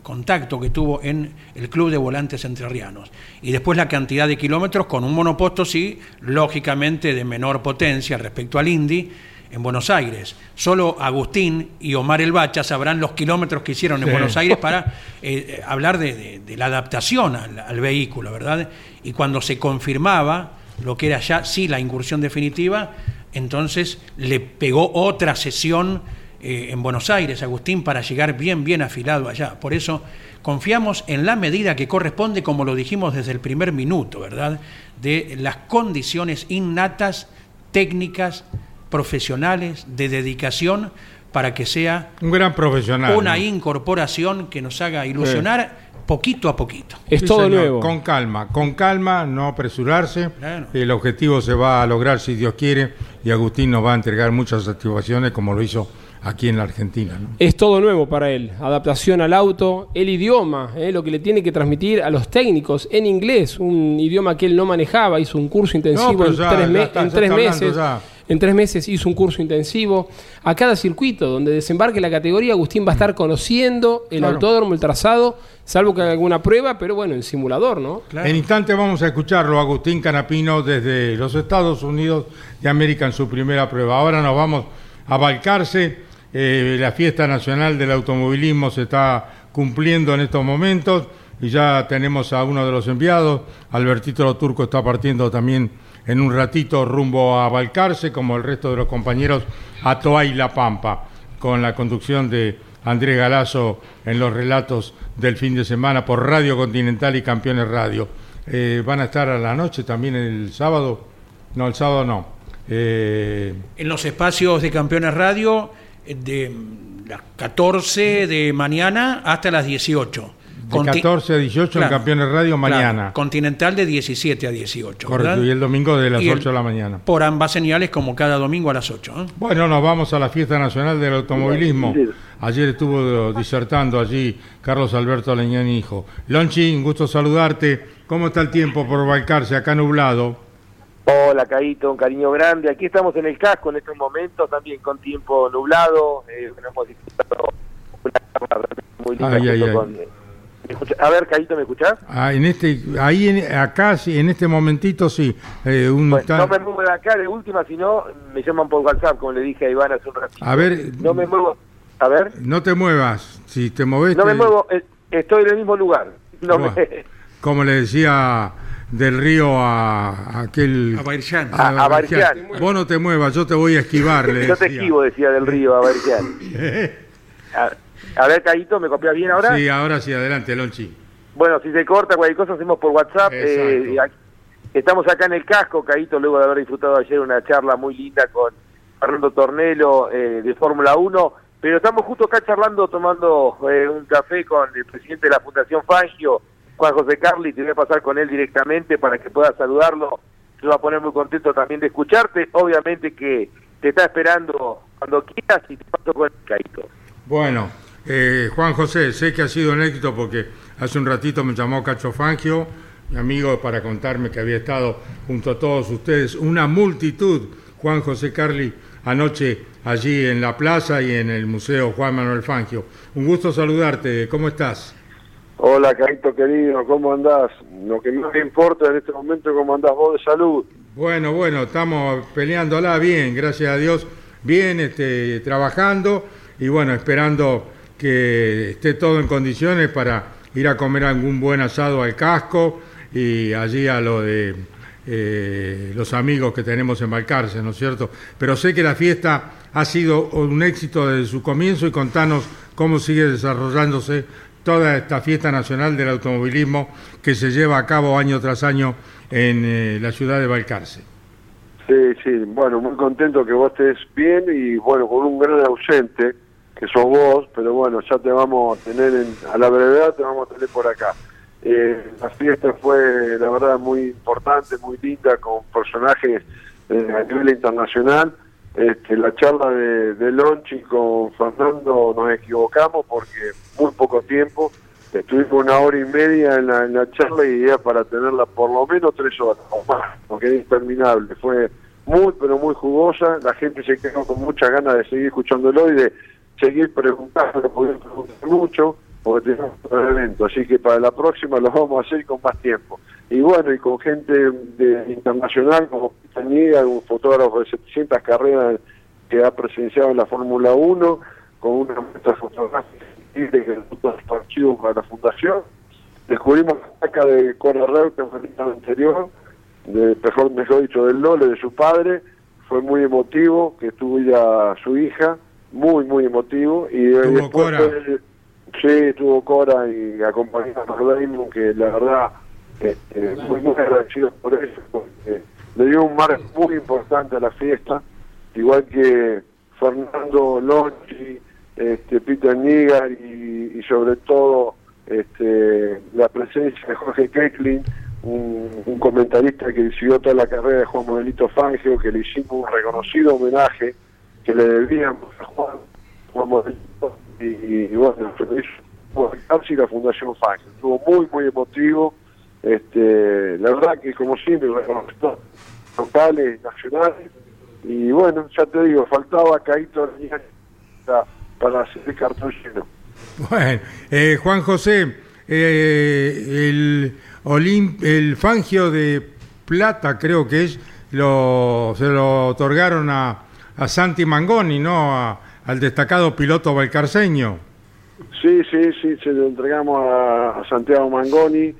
contacto que tuvo en el Club de Volantes Entrerrianos. Y después la cantidad de kilómetros con un monoposto, sí, lógicamente de menor potencia respecto al Indy, en Buenos Aires. Solo Agustín y Omar El Bacha sabrán los kilómetros que hicieron en sí. Buenos Aires para eh, hablar de, de, de la adaptación al, al vehículo, ¿verdad? Y cuando se confirmaba lo que era ya sí la incursión definitiva, entonces le pegó otra sesión eh, en Buenos Aires, Agustín, para llegar bien, bien afilado allá. Por eso confiamos en la medida que corresponde, como lo dijimos desde el primer minuto, ¿verdad?, de las condiciones innatas, técnicas, profesionales, de dedicación, para que sea un gran profesional, una ¿no? incorporación que nos haga ilusionar sí. poquito a poquito. Es sí, todo señor. Nuevo. Con calma, con calma, no apresurarse. Claro. El objetivo se va a lograr si Dios quiere, y Agustín nos va a entregar muchas satisfacciones como lo hizo aquí en la Argentina, ¿no? Es todo nuevo para él, adaptación al auto, el idioma, ¿eh? Lo que le tiene que transmitir a los técnicos en inglés, un idioma que él no manejaba, hizo un curso intensivo no, en, ya, tres, me está, en tres meses. En tres meses hizo un curso intensivo. A cada circuito donde desembarque la categoría, Agustín va a estar conociendo el claro. autódromo, el trazado, salvo que haga alguna prueba, pero bueno, en simulador, ¿no? Claro. En instante vamos a escucharlo, Agustín Canapino, desde los Estados Unidos de América en su primera prueba. Ahora nos vamos a Balcarce. Eh, la fiesta nacional del automovilismo se está cumpliendo en estos momentos y ya tenemos a uno de los enviados. Albertito Lo Turco está partiendo también en un ratito rumbo a Balcarce, como el resto de los compañeros, a Toay La Pampa, con la conducción de Andrés Galazo en los relatos del fin de semana por Radio Continental y Campeones Radio. Eh, ¿Van a estar a la noche también el sábado? No, el sábado no. Eh... En los espacios de Campeones Radio, de las catorce de mañana hasta las dieciocho. De Conti- catorce a dieciocho claro, en Campeones Radio mañana. Claro, Continental de diecisiete a dieciocho. Correcto, ¿verdad? Y el domingo de las y ocho el, de la mañana. Por ambas señales, como cada domingo a las ocho. ¿eh? Bueno, nos vamos a la Fiesta Nacional del Automovilismo. Ayer estuvo disertando allí Carlos Alberto Leñani, hijo. Lonchi, un gusto saludarte. ¿Cómo está el tiempo por Balcarce, acá nublado? Hola, Caíto, un cariño grande. Aquí estamos en el casco en estos momentos, también con tiempo nublado. Eh, hemos disfrutado una charla muy linda. Ay, ay, ay. Con, eh, a ver, Caíto, ¿me escuchás? Ah, en este, ahí, en, acá, sí, en este momentito, sí. Eh, un bueno, tan... No me muevo de acá, de última, si no, me llaman por WhatsApp, como le dije a Iván hace un ratito. A ver... No me muevo, a ver... No te muevas, si te moves... No te... me muevo, eh, estoy en el mismo lugar. No bueno, me... Como le decía... Del río a, a aquel... A Baircián. A, a Baircián. Vos no te muevas, yo te voy a esquivar, le Yo te decía. esquivo, decía del río a Baircián. a, a ver, Caíto, ¿me copias bien ahora? Sí, ahora sí, adelante, Lonchi. Bueno, si se corta cualquier cosa, hacemos por WhatsApp. Eh, estamos acá en el casco, Caíto, luego de haber disfrutado ayer una charla muy linda con Fernando Tornelo eh, de Fórmula uno, pero estamos justo acá charlando, tomando eh, un café con el presidente de la Fundación Fangio, Juan José Carli. Te voy a pasar con él directamente para que puedas saludarlo. Se va a poner muy contento también de escucharte. Obviamente que te está esperando cuando quieras y te paso con el Caíto. Bueno, eh, Juan José, sé que ha sido un éxito porque hace un ratito me llamó Cacho Fangio, mi amigo, para contarme que había estado junto a todos ustedes, una multitud, Juan José Carli, anoche allí en la plaza y en el Museo Juan Manuel Fangio. Un gusto saludarte, ¿cómo estás? Hola, Caíto querido, ¿cómo andás? Lo que más me importa en este momento es cómo andás vos de salud. Bueno, bueno, estamos peleándola bien, gracias a Dios, bien, este, trabajando y bueno, esperando que esté todo en condiciones para ir a comer algún buen asado al casco y allí a lo de eh, los amigos que tenemos en Balcarce, ¿no es cierto? Pero sé que la fiesta ha sido un éxito desde su comienzo y contanos cómo sigue desarrollándose toda esta fiesta nacional del automovilismo que se lleva a cabo año tras año en eh, la ciudad de Balcarce. Sí, sí, bueno, muy contento que vos estés bien y bueno, con un gran ausente, que sos vos, pero bueno, ya te vamos a tener, en, a la brevedad te vamos a tener por acá. Eh, la fiesta fue, la verdad, muy importante, muy linda, con personajes eh, a nivel internacional. Este, la charla de, de Lonchi con Fernando nos equivocamos porque muy poco tiempo, estuvimos una hora y media en la, en la charla y era para tenerla por lo menos tres horas o más, porque era interminable, fue muy pero muy jugosa, la gente se quedó con muchas ganas de seguir escuchándolo y de seguir preguntando, pudieron preguntar mucho, porque tenemos otro evento, así que para la próxima lo vamos a hacer con más tiempo. Y bueno, y con gente de, internacional como Peter Niega, un fotógrafo de setecientas carreras que ha presenciado en la Fórmula uno, con una muestra fotográfica que nosotros archivos para la fundación. Descubrimos la placa de Cora Reutemann en el año anterior, de, mejor, mejor dicho, del Lole, de su padre. Fue muy emotivo, que estuvo ya su hija, muy, muy emotivo. Y ¿Tuvo Cora? Fue, sí, estuvo Cora y acompañó a Damon, que la verdad, este, muy, muy agradecido por eso, porque le dio un marco muy importante a la fiesta, igual que Fernando Lonchi, este, Peter Nigar y, y sobre todo este, la presencia de Jorge Keklin, un, un comentarista que siguió toda la carrera de Juan Manuelito Fangio, que le hicimos un reconocido homenaje que le debíamos a Juan, Juan Manuelito, y, y, y bueno, lo hizo y la Fundación Fangio. Estuvo muy, muy emotivo. Este, la verdad que como siempre, reconocimientos locales, nacionales, y bueno, ya te digo, faltaba Caíto para, para hacer el cartón lleno. Bueno, eh, Juan José, eh, el, Olimp, el Fangio de Plata, creo que es, lo, se lo otorgaron a, a Santi Mangoni, ¿no? A, al destacado piloto valcarceño. Sí, sí, sí, se lo entregamos a, a Santiago Mangoni.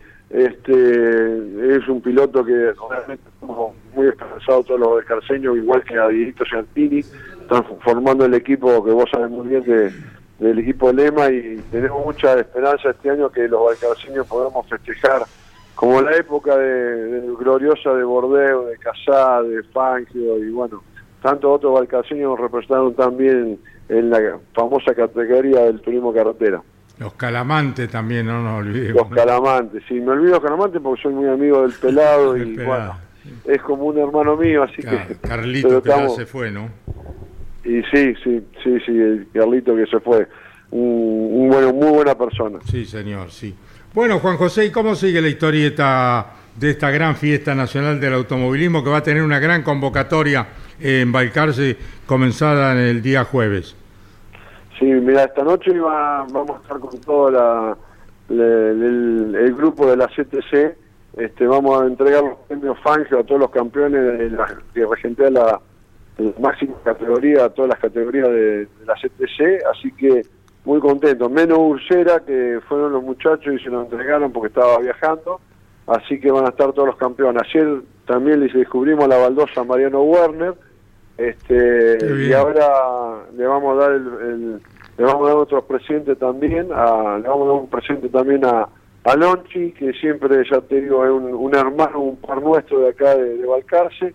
Este es un piloto que realmente estamos muy esperanzados todos los valcarceños, igual que a Dieguito Giantini. Están formando el equipo que vos sabés muy bien de, del equipo Lema, y tenemos mucha esperanza este año que los valcarceños podamos festejar como la época de, de gloriosa de Bordeo, de Casá, de Fangio, y bueno, tantos otros valcarceños nos representaron también en la famosa categoría del turismo carretera. Los Calamantes también, no nos olvidemos. Los Calamantes, sí, me olvido de los Calamantes porque soy muy amigo del Pelado y pelado, bueno, sí. Es como un hermano mío, así Car que... Carlito que ya se fue, ¿no? Y sí, sí, sí, sí, el Carlito que se fue, un, un bueno, muy buena persona. Sí, señor, sí. Bueno, Juan José, ¿y cómo sigue la historieta de esta gran fiesta nacional del automovilismo que va a tener una gran convocatoria en Balcarce comenzada en el día jueves? Sí, mira, esta noche va, vamos a estar con todo la, la, el, el grupo de la C T C. Este, vamos a entregar los premios Fangio a todos los campeones de la, que regentea la, la máxima categoría, a todas las categorías de, de la C T C, así que muy contento. Menos Ursera, que fueron los muchachos y se nos entregaron porque estaba viajando, así que van a estar todos los campeones. Ayer también les descubrimos la baldosa a Mariano Werner. Este, y ahora le vamos a dar el, el le vamos a dar otro presente también a, le vamos a dar un presente también a, a Lonchi, que siempre, ya te digo, es un, un hermano, un par nuestro de acá de, de Balcarce,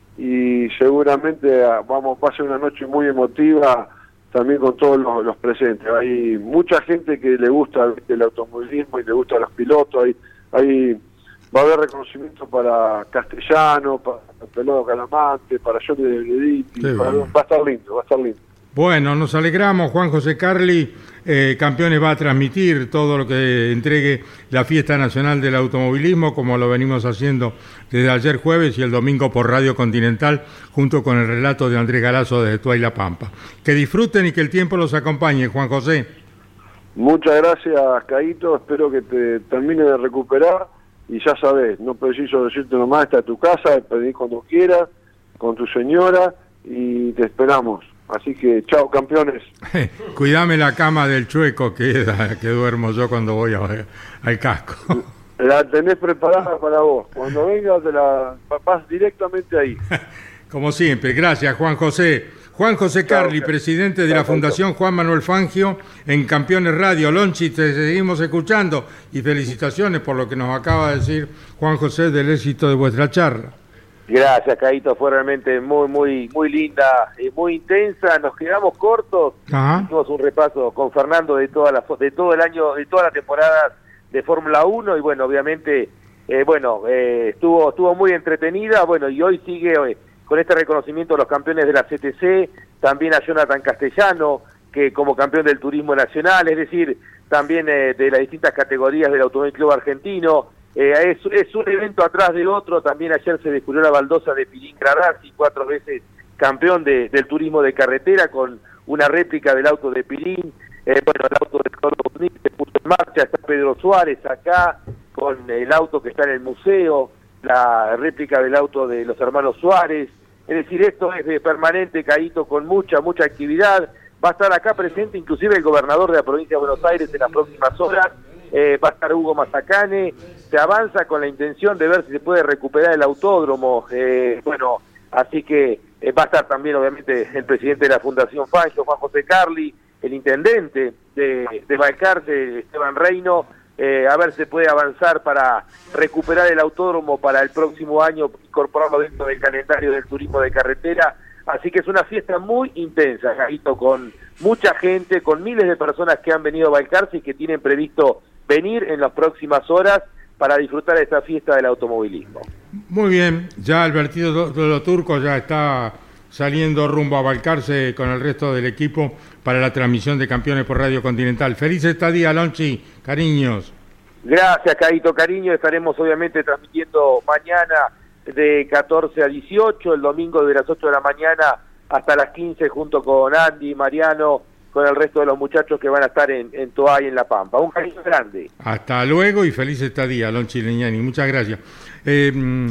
y seguramente a, vamos va a ser una noche muy emotiva también con todos los, los presentes. Hay mucha gente que le gusta el automovilismo y le gusta los pilotos, hay, hay va a haber reconocimiento para Castellano, para Pelado Calamante, para Johnny de Benedicti, para, va a estar lindo, va a estar lindo. Bueno, nos alegramos. Juan José Carli, eh, Campeones va a transmitir todo lo que entregue la Fiesta Nacional del Automovilismo, como lo venimos haciendo desde ayer jueves y el domingo por Radio Continental, junto con el relato de Andrés Galazo desde Tuay La Pampa. Que disfruten y que el tiempo los acompañe, Juan José. Muchas gracias, Caíto, espero que te termine de recuperar. Y ya sabés, no preciso decirte nomás, está a tu casa, pedí cuando quieras, con tu señora, y te esperamos. Así que, chao, campeones. Cuidame la cama del chueco que, que duermo yo cuando voy a, al casco. La tenés preparada para vos. Cuando vengas, te la vas directamente ahí. Como siempre, gracias, Juan José. Juan José Carli, presidente de la Fundación Juan Manuel Fangio, en Campeones Radio. Lonchi, te seguimos escuchando y felicitaciones por lo que nos acaba de decir Juan José del éxito de vuestra charla. Gracias, Caíto, fue realmente muy, muy, muy linda, eh, muy intensa. Nos quedamos cortos. Ajá. Hicimos un repaso con Fernando de toda la, de todo el año, de toda la temporada de Fórmula uno y bueno, obviamente, eh, bueno, eh, estuvo, estuvo muy entretenida. Bueno, y hoy sigue eh, con este reconocimiento a los campeones de la C T C, también a Jonathan Castellano, que como campeón del turismo nacional, es decir, también eh, de las distintas categorías del Automóvil Club Argentino. Eh, es, es un evento atrás de otro. También ayer se descubrió la baldosa de Pilín Gradazzi, cuatro veces campeón de, del turismo de carretera, con una réplica del auto de Pilín. Eh, bueno, el auto de Córdoba se puso marcha está Pedro Suárez acá, con el auto que está en el museo, la réplica del auto de los hermanos Suárez. Es decir, esto es de permanente, Caíto, con mucha, mucha actividad. Va a estar acá presente inclusive el gobernador de la provincia de Buenos Aires en las próximas horas. Eh, va a estar Hugo Mazacane. Se avanza con la intención de ver si se puede recuperar el autódromo. Eh, bueno, así que eh, va a estar también obviamente el presidente de la Fundación Fangio, Juan José Carli, el intendente de, de Balcarce, Esteban Reino, eh, a ver si se puede avanzar para recuperar el autódromo para el próximo año, incorporarlo dentro del calendario del turismo de carretera. Así que es una fiesta muy intensa, Jaito, con mucha gente, con miles de personas que han venido a Balcarce y que tienen previsto venir en las próximas horas para disfrutar de esta fiesta del automovilismo. Muy bien, ya Albertito de los Turcos ya está saliendo rumbo a Balcarce con el resto del equipo para la transmisión de Campeones por Radio Continental. Feliz estadía, Lonchi, cariños. Gracias, Caíto, cariño. Estaremos obviamente transmitiendo mañana de catorce a dieciocho, el domingo de las ocho de la mañana hasta las quince, junto con Andy, Mariano, con el resto de los muchachos que van a estar en, en Toay, en La Pampa. Un cariño grande. Hasta luego y feliz estadía, Lonchi Leñani. Muchas gracias. Eh,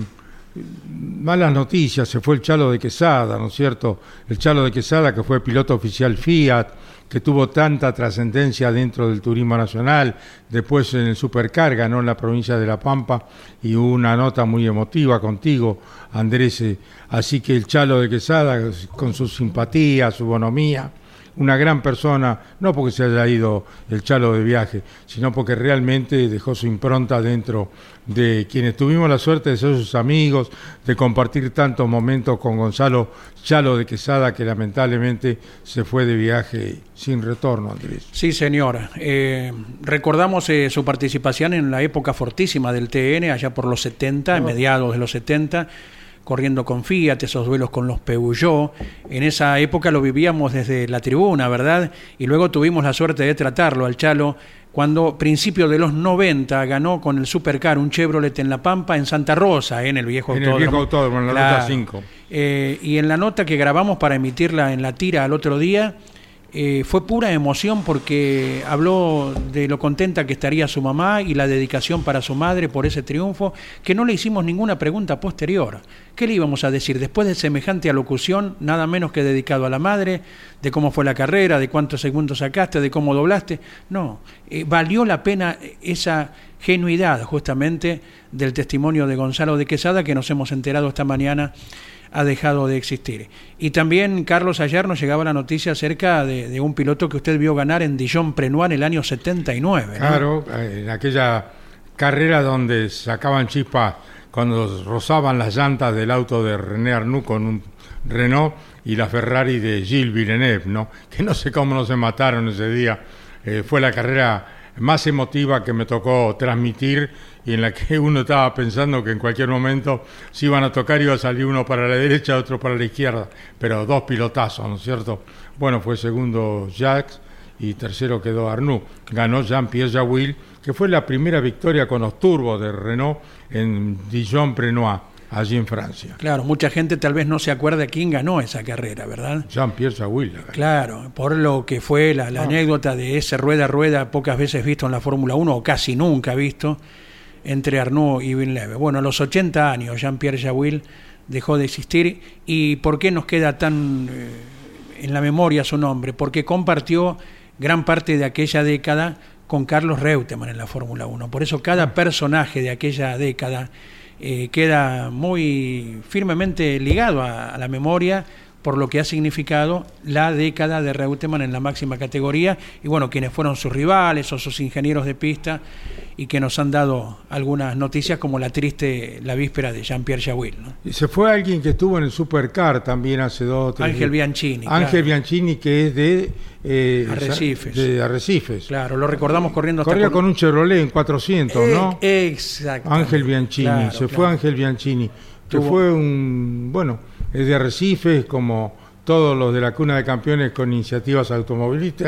malas noticias, se fue el Chalo de Quesada, ¿no es cierto? El Chalo de Quesada, que fue piloto oficial Fiat, que tuvo tanta trascendencia dentro del turismo nacional, después en el Supercar ganó en la provincia de La Pampa y hubo una nota muy emotiva contigo, Andrés, así que el Chalo de Quesada, con su simpatía, su bonomía, una gran persona, no porque se haya ido el Chalo de viaje, sino porque realmente dejó su impronta dentro de quienes tuvimos la suerte de ser sus amigos, de compartir tantos momentos con Gonzalo Chalo de Quesada, que lamentablemente se fue de viaje sin retorno, Andrés. Sí, señora. Eh, recordamos eh, su participación en la época fortísima del T N, allá por los setenta, oh. mediados de los setenta, corriendo con Fiat, esos duelos con los Peugeot. En esa época lo vivíamos desde la tribuna, ¿verdad? Y luego tuvimos la suerte de tratarlo al Chalo cuando, principio de los noventa, ganó con el Supercar un Chevrolet en La Pampa, en Santa Rosa, ¿eh? en el viejo en autódromo. En el viejo autódromo, en la claro. Ruta cinco. Eh, y en la nota que grabamos para emitirla en la tira al otro día, Eh, fue pura emoción porque habló de lo contenta que estaría su mamá y la dedicación para su madre por ese triunfo, que no le hicimos ninguna pregunta posterior. ¿Qué le íbamos a decir después de semejante alocución, nada menos que dedicado a la madre, de cómo fue la carrera, de cuántos segundos sacaste, de cómo doblaste? No, eh, valió la pena esa genuidad justamente del testimonio de Gonzalo de Quesada, que nos hemos enterado esta mañana ha dejado de existir. Y también, Carlos, ayer nos llegaba la noticia acerca de, de un piloto que usted vio ganar en Dijon-Prenois en el año setenta y nueve, ¿no? Claro, en aquella carrera donde sacaban chispas cuando rozaban las llantas del auto de René Arnoux con un Renault y la Ferrari de Gilles Villeneuve, ¿no? Que no sé cómo no se mataron ese día. Eh, fue la carrera más emotiva que me tocó transmitir y en la que uno estaba pensando que en cualquier momento se iban a tocar, iba a salir uno para la derecha, otro para la izquierda, pero dos pilotazos, ¿no es cierto? Bueno, fue segundo Jacques y tercero quedó Arnoux. Ganó Jean-Pierre Jawil, que fue la primera victoria con los turbos de Renault en Dijon-Prenois, allí en Francia. Claro, mucha gente tal vez no se acuerda quién ganó esa carrera, ¿verdad? Jean-Pierre Jawil. Claro, por lo que fue la, la ah. anécdota de ese rueda a rueda pocas veces visto en la Fórmula uno, o casi nunca visto, entre Arnoux y Villeneuve. Bueno, a los ochenta años Jean-Pierre Jawil dejó de existir. ¿Y por qué nos queda tan eh, en la memoria su nombre? Porque compartió gran parte de aquella década con Carlos Reutemann en la Fórmula uno. Por eso cada personaje de aquella década eh, queda muy firmemente ligado a, a la memoria, por lo que ha significado la década de Reutemann en la máxima categoría, y bueno, quienes fueron sus rivales o sus ingenieros de pista, y que nos han dado algunas noticias como la triste, la víspera de Jean-Pierre Jawil, ¿no? Y se fue alguien que estuvo en el Supercar también hace dos o tres Ángel Bianchini. Ángel claro. Bianchini, que es de eh, Arrecifes. De Arrecifes. Claro, lo recordamos corriendo hasta Corría con... con un Chevrolet en cuatrocientos, eh, ¿no? Exacto. Ángel Bianchini, claro, se claro. fue Ángel Bianchini, que Tuvo... fue un, bueno, es de Arrecifes, como todos los de la cuna de campeones con iniciativas automovilistas,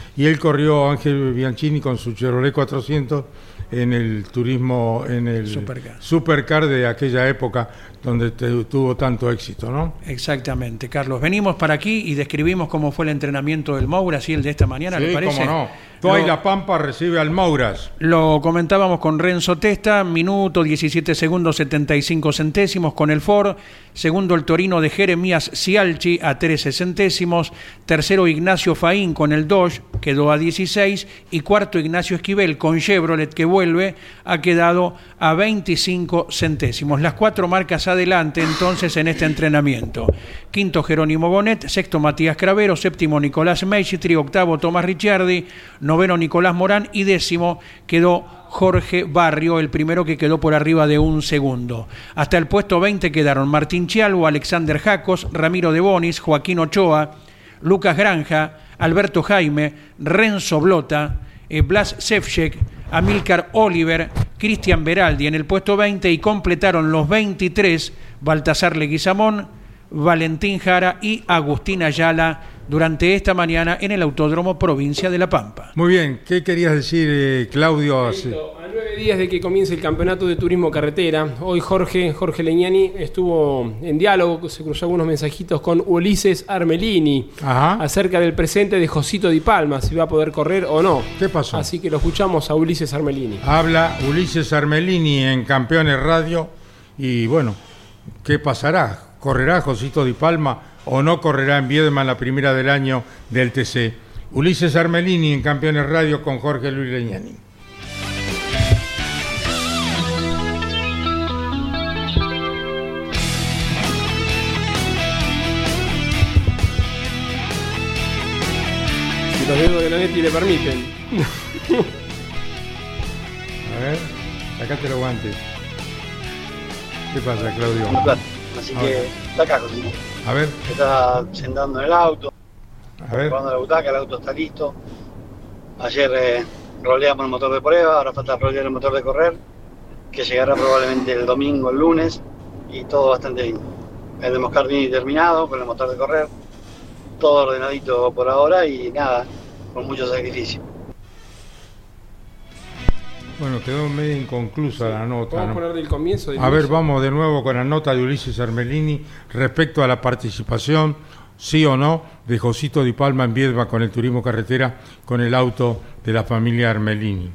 y él corrió, Ángel Bianchini, con su Chevrolet cuatrocientos en el turismo, en el Supercar, Supercar de aquella época donde te, tuvo tanto éxito, ¿no? Exactamente, Carlos. Venimos para aquí y describimos cómo fue el entrenamiento del Mouras y el de esta mañana, sí, ¿le parece? Cómo no. Toay La Pampa recibe al Mouras. Lo comentábamos con Renzo Testa, minuto diecisiete segundos setenta y cinco centésimos con el Ford, segundo el Torino de Jeremías Cialchi a trece centésimos, tercero Ignacio Faín con el Dodge, quedó a dieciséis, y cuarto Ignacio Esquivel con Chevrolet, que vuelve, ha quedado a veinticinco centésimos. Las cuatro marcas adelante entonces en este entrenamiento. Quinto Jerónimo Bonet, sexto Matías Cravero, séptimo Nicolás Meissitri, octavo Tomás Ricciardi, noveno Nicolás Morán y décimo quedó Jorge Barrio, el primero que quedó por arriba de un segundo. Hasta el puesto veinte quedaron Martín Chialvo, Alexander Jacos, Ramiro de Bonis, Joaquín Ochoa, Lucas Granja, Alberto Jaime, Renzo Blota, eh, Blas Sefcek, Amílcar Oliver, Cristian Beraldi en el puesto veinte, y completaron los veintitrés Baltasar Leguizamón, Valentín Jara y Agustín Ayala durante esta mañana en el Autódromo Provincia de La Pampa. Muy bien, ¿qué querías decir, eh, Claudio? A nueve días de que comience el campeonato de turismo carretera, hoy Jorge, Jorge Leñani estuvo en diálogo, se cruzó algunos mensajitos con Ulises Armelini. Ajá. Acerca del presente de Josito Di Palma, si va a poder correr o no. ¿Qué pasó? Así que lo escuchamos a Ulises Armelini. Habla Ulises Armelini en Campeones Radio y bueno, ¿qué pasará? ¿Correrá Josito Di Palma o no correrá en Viedma en la primera del año del T C? Ulises Armelini en Campeones Radio con Jorge Luis Leñani. Si los dedos de la Neti le permiten. A ver, sacate los guantes. ¿Qué pasa, Claudio? Así Ahora. que está acá, José. A ver. Se está sentando en el auto, A ver. probando la butaca, el auto está listo. Ayer eh, roleamos el motor de prueba, ahora falta rolear el motor de correr, que llegará probablemente el domingo, el lunes, y todo bastante bien. El de Moscardini terminado con el motor de correr, todo ordenadito por ahora y nada, con mucho sacrificio. Bueno, quedó medio inconclusa la nota. Vamos ¿no? a poner del comienzo. Del A ver, inicio. vamos de nuevo con la nota de Ulises Armelini respecto a la participación, sí o no, de Josito Di Palma en Viedma con el turismo carretera, con el auto de la familia Armelini.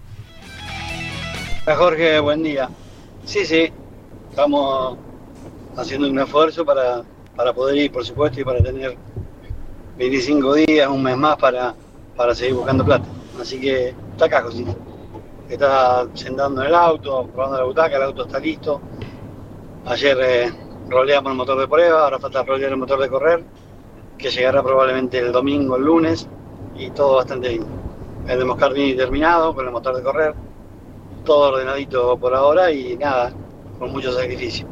Hola Jorge, buen día. Sí, sí, estamos haciendo un esfuerzo para, para poder ir, por supuesto, y para tener veinticinco días, un mes más para, para seguir buscando plata. Así que está acá, Josito. Está sentando en el auto, probando la butaca, el auto está listo. Ayer eh, roleamos el motor de prueba, ahora falta rolear el motor de correr, que llegará probablemente el domingo, el lunes, y todo bastante bien. El de Moscardini terminado con el motor de correr, todo ordenadito por ahora y nada, con mucho sacrificio.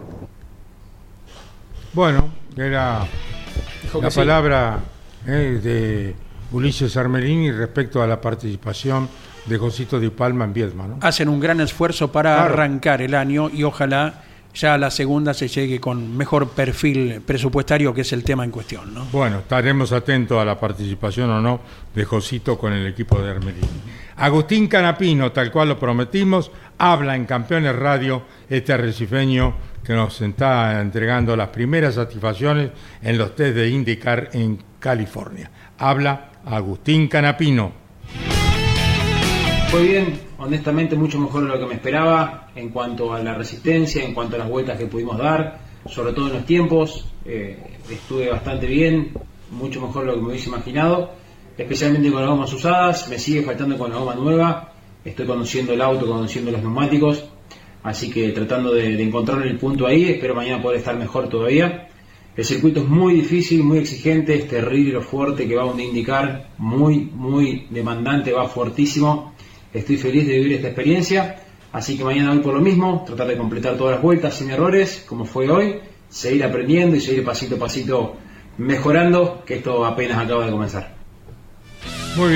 Bueno, era Dijo la que sí. palabra eh, de Ulises Armelini respecto a la participación de Josito Di Palma en Viedma, ¿no? Hacen un gran esfuerzo para Claro. arrancar el año y ojalá ya a la segunda se llegue con mejor perfil presupuestario, que es el tema en cuestión, ¿no? Bueno, estaremos atentos a la participación o no de Josito con el equipo de Armelini. Agustín Canapino, tal cual lo prometimos, habla en Campeones Radio, este arrecifeño que nos está entregando las primeras satisfacciones en los test de IndyCar en California. Habla Agustín Canapino. Fue bien, honestamente mucho mejor de lo que me esperaba en cuanto a la resistencia, en cuanto a las vueltas que pudimos dar, sobre todo en los tiempos. Eh, estuve bastante bien, mucho mejor de lo que me hubiese imaginado, especialmente con las gomas usadas. Me sigue faltando con la goma nueva, estoy conociendo el auto, conociendo los neumáticos, así que tratando de, de encontrar el punto ahí. Espero mañana poder estar mejor todavía. El circuito es muy difícil, muy exigente, es terrible lo fuerte que va un IndyCar, muy, muy demandante, va fuertísimo. Estoy feliz de vivir esta experiencia, así que mañana voy por lo mismo, tratar de completar todas las vueltas sin errores, como fue hoy, seguir aprendiendo y seguir pasito a pasito mejorando, que esto apenas acaba de comenzar. Muy bien,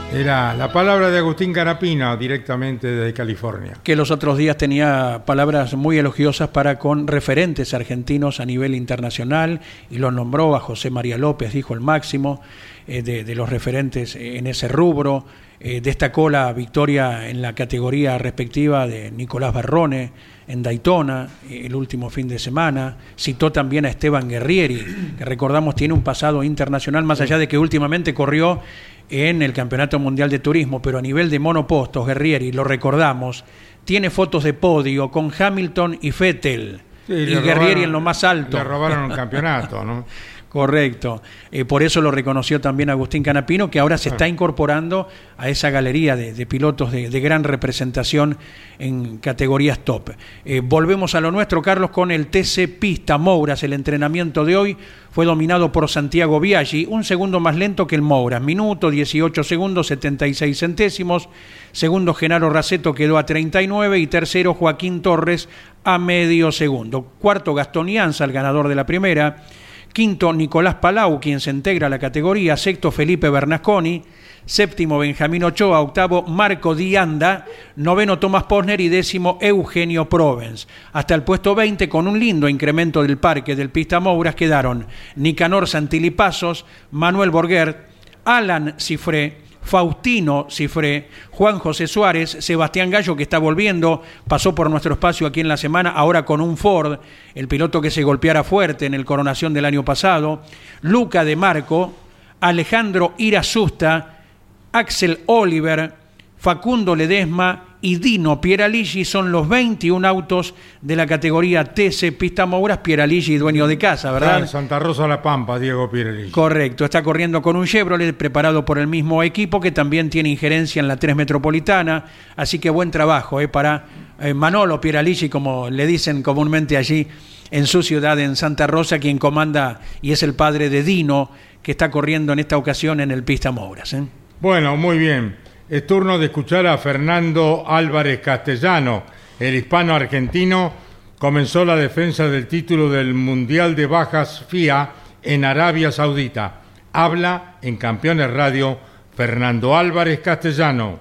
Era la palabra de Agustín Canapino, directamente desde California. Que los otros días tenía palabras muy elogiosas para con referentes argentinos a nivel internacional y los nombró a José María López, dijo el máximo eh, de, de los referentes en ese rubro. Eh, destacó la victoria en la categoría respectiva de Nicolás Barrone en Daytona el último fin de semana. Citó también a Esteban Guerrieri, que recordamos tiene un pasado internacional, más allá de que últimamente corrió en el Campeonato Mundial de Turismo, pero a nivel de monopostos, Guerrieri, lo recordamos, tiene fotos de podio con Hamilton y Vettel, sí, y Guerrieri robaron, en lo más alto. Le robaron el campeonato, ¿no? Correcto. Eh, por eso lo reconoció también Agustín Canapino, que ahora se está incorporando a esa galería de, de pilotos de, de gran representación en categorías top. Eh, volvemos a lo nuestro, Carlos, con el T C Pista Mouras. El entrenamiento de hoy fue dominado por Santiago Biaggi, un segundo más lento que el Mouras. Minuto, dieciocho segundos, setenta y seis centésimos. Segundo, Genaro Raceto quedó a treinta y nueve y tercero, Joaquín Torres a medio segundo. Cuarto, Gastón Ianza, el ganador de la primera. Quinto, Nicolás Palau, quien se integra a la categoría. Sexto, Felipe Bernasconi. Séptimo, Benjamín Ochoa. Octavo, Marco Dianda. Noveno, Tomás Posner. Y décimo, Eugenio Provence. Hasta el puesto veinte, con un lindo incremento del parque del Pista Mouras, quedaron Nicanor Santilli Pasos, Manuel Borguer, Alan Cifré, Faustino Cifré, Juan José Suárez, Sebastián Gallo, que está volviendo, pasó por nuestro espacio aquí en la semana, ahora con un Ford, el piloto que se golpeara fuerte en el Coronación del año pasado, Luca De Marco, Alejandro Irasusta, Axel Oliver, Facundo Ledesma y Dino Pieraligi. Son los veintiún autos de la categoría T C Pista Mouras. Pieraligi, dueño de casa, ¿verdad? Ah, Santa Rosa La Pampa, Diego Pieraligi. Correcto, está corriendo con un Chevrolet preparado por el mismo equipo, que también tiene injerencia en la tres Metropolitana, así que buen trabajo eh, para eh, Manolo Pieraligi, como le dicen comúnmente allí en su ciudad, en Santa Rosa, quien comanda y es el padre de Dino, que está corriendo en esta ocasión en el Pista Mouras. ¿eh? Bueno, muy bien. Es turno de escuchar a Fernando Álvarez Castellano, el hispano-argentino. Comenzó la defensa del título del Mundial de Bajas F I A en Arabia Saudita. Habla en Campeones Radio Fernando Álvarez Castellano.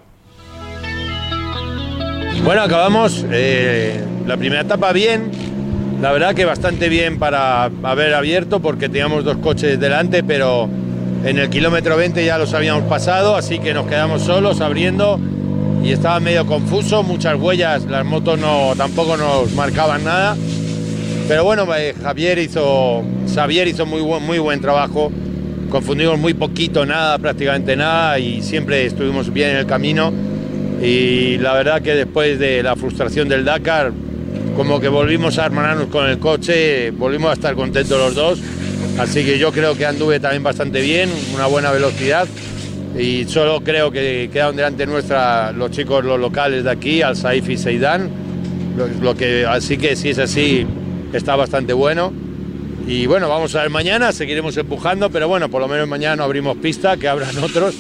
Bueno, acabamos eh, la primera etapa bien. La verdad que bastante bien para haber abierto, porque teníamos dos coches delante, pero en el kilómetro veinte ya los habíamos pasado, así que nos quedamos solos abriendo y estaba medio confuso, muchas huellas, las motos no, tampoco nos marcaban nada, pero bueno, eh, Javier hizo, Xavier hizo muy buen, muy buen trabajo, confundimos muy poquito, nada, prácticamente nada, y siempre estuvimos bien en el camino, y la verdad que después de la frustración del Dakar, como que volvimos a hermanarnos con el coche, volvimos a estar contentos los dos. Así que yo creo que anduve también bastante bien, una buena velocidad, y solo creo que quedaron delante nuestra los chicos, los locales de aquí, Al Saif y Seidán, lo, lo que, así que si es así está bastante bueno. Y bueno, vamos a ver mañana, seguiremos empujando, pero bueno, por lo menos mañana no abrimos pista, que abran otros,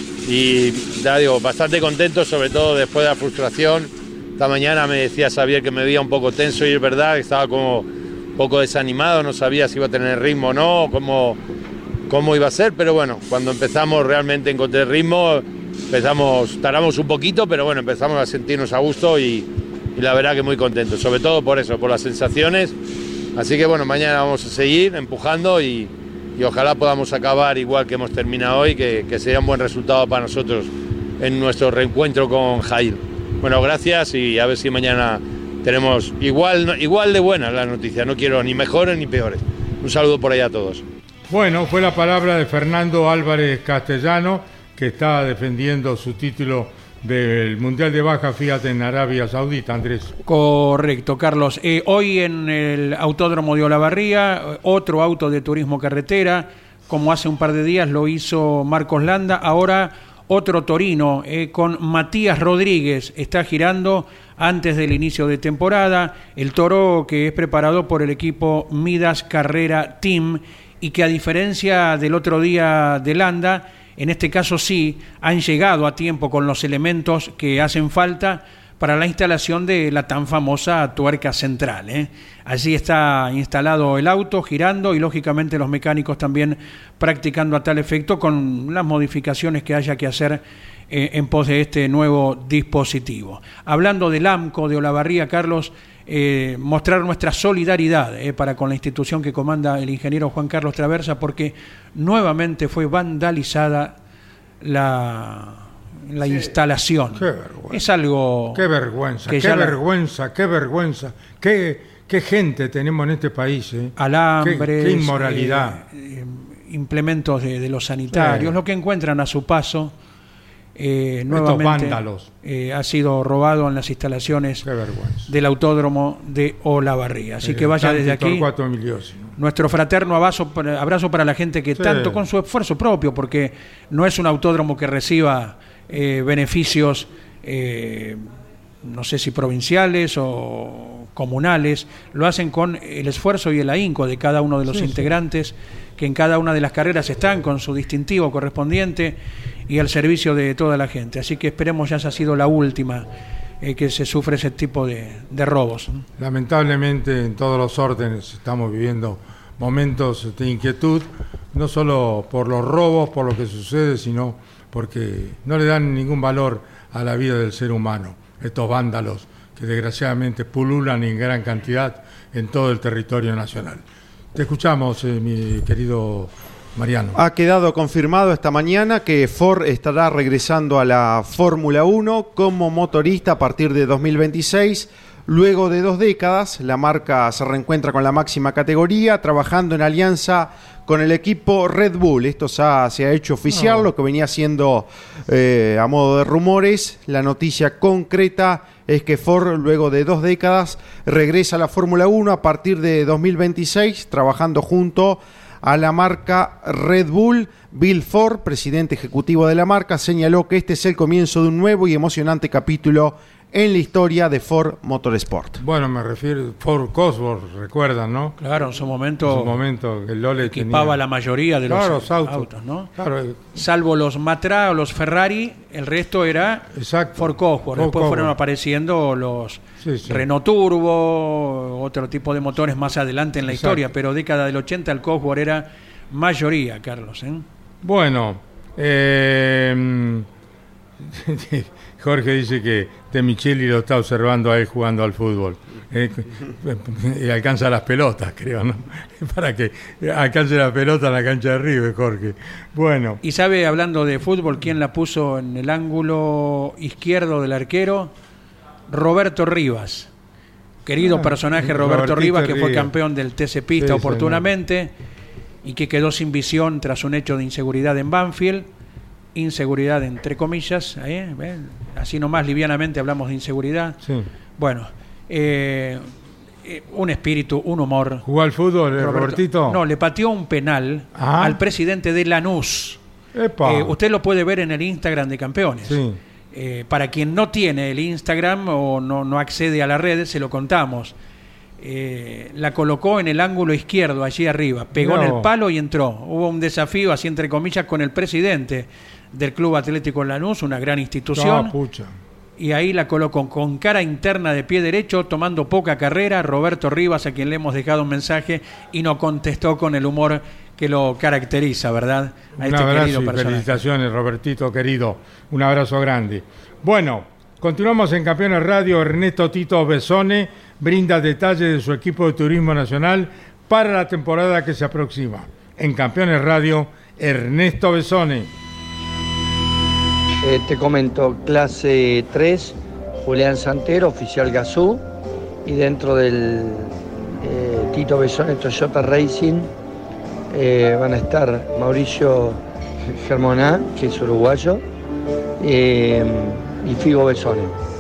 y ya digo, bastante contento, sobre todo después de la frustración. Esta mañana me decía Xavier que me veía un poco tenso, y es verdad que estaba como poco desanimado, no sabía si iba a tener ritmo o no, cómo, cómo iba a ser, pero bueno, cuando empezamos realmente encontré ritmo, empezamos, tardamos un poquito, pero bueno, empezamos a sentirnos a gusto y, y la verdad que muy contentos, sobre todo por eso, por las sensaciones, así que bueno, mañana vamos a seguir empujando y, y ojalá podamos acabar igual que hemos terminado hoy, que, que sería un buen resultado para nosotros en nuestro reencuentro con Jair. Bueno, gracias y a ver si mañana tenemos igual, igual de buenas las noticias, no quiero ni mejores ni peores. Un saludo por allá a todos. Bueno, fue la palabra de Fernando Álvarez Castellano, que está defendiendo su título del Mundial de Baja Fiat en Arabia Saudita, Andrés. Correcto, Carlos. Eh, hoy en el Autódromo de Olavarría, otro auto de turismo carretera, como hace un par de días lo hizo Marcos Landa, ahora otro Torino eh, con Matías Rodríguez, está girando antes del inicio de temporada, el toro que es preparado por el equipo Midas Carrera Team y que a diferencia del otro día de Landa, en este caso sí, han llegado a tiempo con los elementos que hacen falta para la instalación de la tan famosa tuerca central, ¿eh? Allí está instalado el auto, girando, y lógicamente los mecánicos también practicando a tal efecto con las modificaciones que haya que hacer eh, en pos de este nuevo dispositivo. Hablando del AMCO de Olavarría, Carlos, eh, mostrar nuestra solidaridad eh, para con la institución que comanda el ingeniero Juan Carlos Traversa, porque nuevamente fue vandalizada la... la sí. instalación. Qué vergüenza. Es algo... Qué vergüenza, que qué vergüenza, la... qué vergüenza. Qué, qué gente tenemos en este país. ¿eh? Alambres. Qué, qué inmoralidad. Eh, eh, implementos de, de los sanitarios, sí. lo que encuentran a su paso. Eh, nuevamente, Estos vándalos. Eh, ha sido robado en las instalaciones del autódromo de Olavarría. Así eh, que vaya desde aquí nuestro fraterno abrazo, abrazo para la gente que sí. tanto con su esfuerzo propio, porque no es un autódromo que reciba eh, beneficios, eh, no sé si provinciales o comunales, lo hacen con el esfuerzo y el ahínco de cada uno de los sí, integrantes, sí. que en cada una de las carreras están con su distintivo correspondiente y al servicio de toda la gente. Así que esperemos ya haya sido la última eh, que se sufre ese tipo de, de robos. Lamentablemente en todos los órdenes estamos viviendo momentos de inquietud, no solo por los robos, por lo que sucede, sino porque no le dan ningún valor a la vida del ser humano, estos vándalos que desgraciadamente pululan en gran cantidad en todo el territorio nacional. Te escuchamos, eh, mi querido Mariano. Ha quedado confirmado esta mañana que Ford estará regresando a la Fórmula uno como motorista a partir de dos mil veintiséis. Luego de dos décadas, la marca se reencuentra con la máxima categoría, trabajando en alianza con el equipo Red Bull. Esto se ha, se ha hecho oficial, no. lo que venía siendo eh, a modo de rumores. La noticia concreta es que Ford, luego de dos décadas, regresa a la Fórmula uno a partir de dos mil veintiséis, trabajando junto a la marca Red Bull. Bill Ford, presidente ejecutivo de la marca, señaló que este es el comienzo de un nuevo y emocionante capítulo en la historia de Ford Motorsport. Bueno, me refiero a Ford Cosworth, recuerdan, ¿no? Claro, en su momento, en su momento el Lole equipaba tenía... la mayoría de claro, los autos, autos, ¿no? Claro. Salvo los Matra o los Ferrari, el resto era Exacto. Ford Cosworth. Después Cosworth. fueron apareciendo los sí, sí. Renault Turbo, otro tipo de motores más adelante en la Exacto. historia, pero década del ochenta el Cosworth era mayoría, Carlos, ¿eh? Bueno, eh... Jorge dice que De Micheli lo está observando a él jugando al fútbol. Eh, y alcanza las pelotas, creo, ¿no? Para que alcance la pelota en la cancha de River, Jorge. Bueno. ¿Y sabe, hablando de fútbol, quién la puso en el ángulo izquierdo del arquero? Roberto Rivas. Querido ah, personaje Roberto Rivas, que fue campeón del T C Pista sí, oportunamente señor. Y que quedó sin visión tras un hecho de inseguridad en Banfield. Inseguridad entre comillas, ¿eh? Así nomás livianamente hablamos de inseguridad. Sí. Bueno, eh, eh, un espíritu, un humor. ¿Jugó al fútbol, Roberto, Robertito? No, le pateó un penal ¿Ah? al presidente de Lanús. Eh, usted lo puede ver en el Instagram de Campeones. Sí. Eh, para quien no tiene el Instagram o no, no accede a la red, se lo contamos. Eh, la colocó en el ángulo izquierdo, allí arriba, pegó no. en el palo y entró. Hubo un desafío, así entre comillas, con el presidente del Club Atlético Lanús, una gran institución. No, pucha. Y ahí la colocó con cara interna de pie derecho, tomando poca carrera, Roberto Rivas, a quien le hemos dejado un mensaje y no contestó con el humor que lo caracteriza, ¿verdad? A un este abrazo querido y personaje. Felicitaciones, Robertito, querido. Un abrazo grande. Bueno, continuamos en Campeones Radio. Ernesto Tito Besone brinda detalles de su equipo de turismo nacional para la temporada que se aproxima. En Campeones Radio, Ernesto Besone. Eh, te comento, clase tres, Julián Santero, oficial Gazú, y dentro del eh, Tito Besone Toyota Racing eh, van a estar Mauricio Germoná, que es uruguayo, eh, y Figo Besone.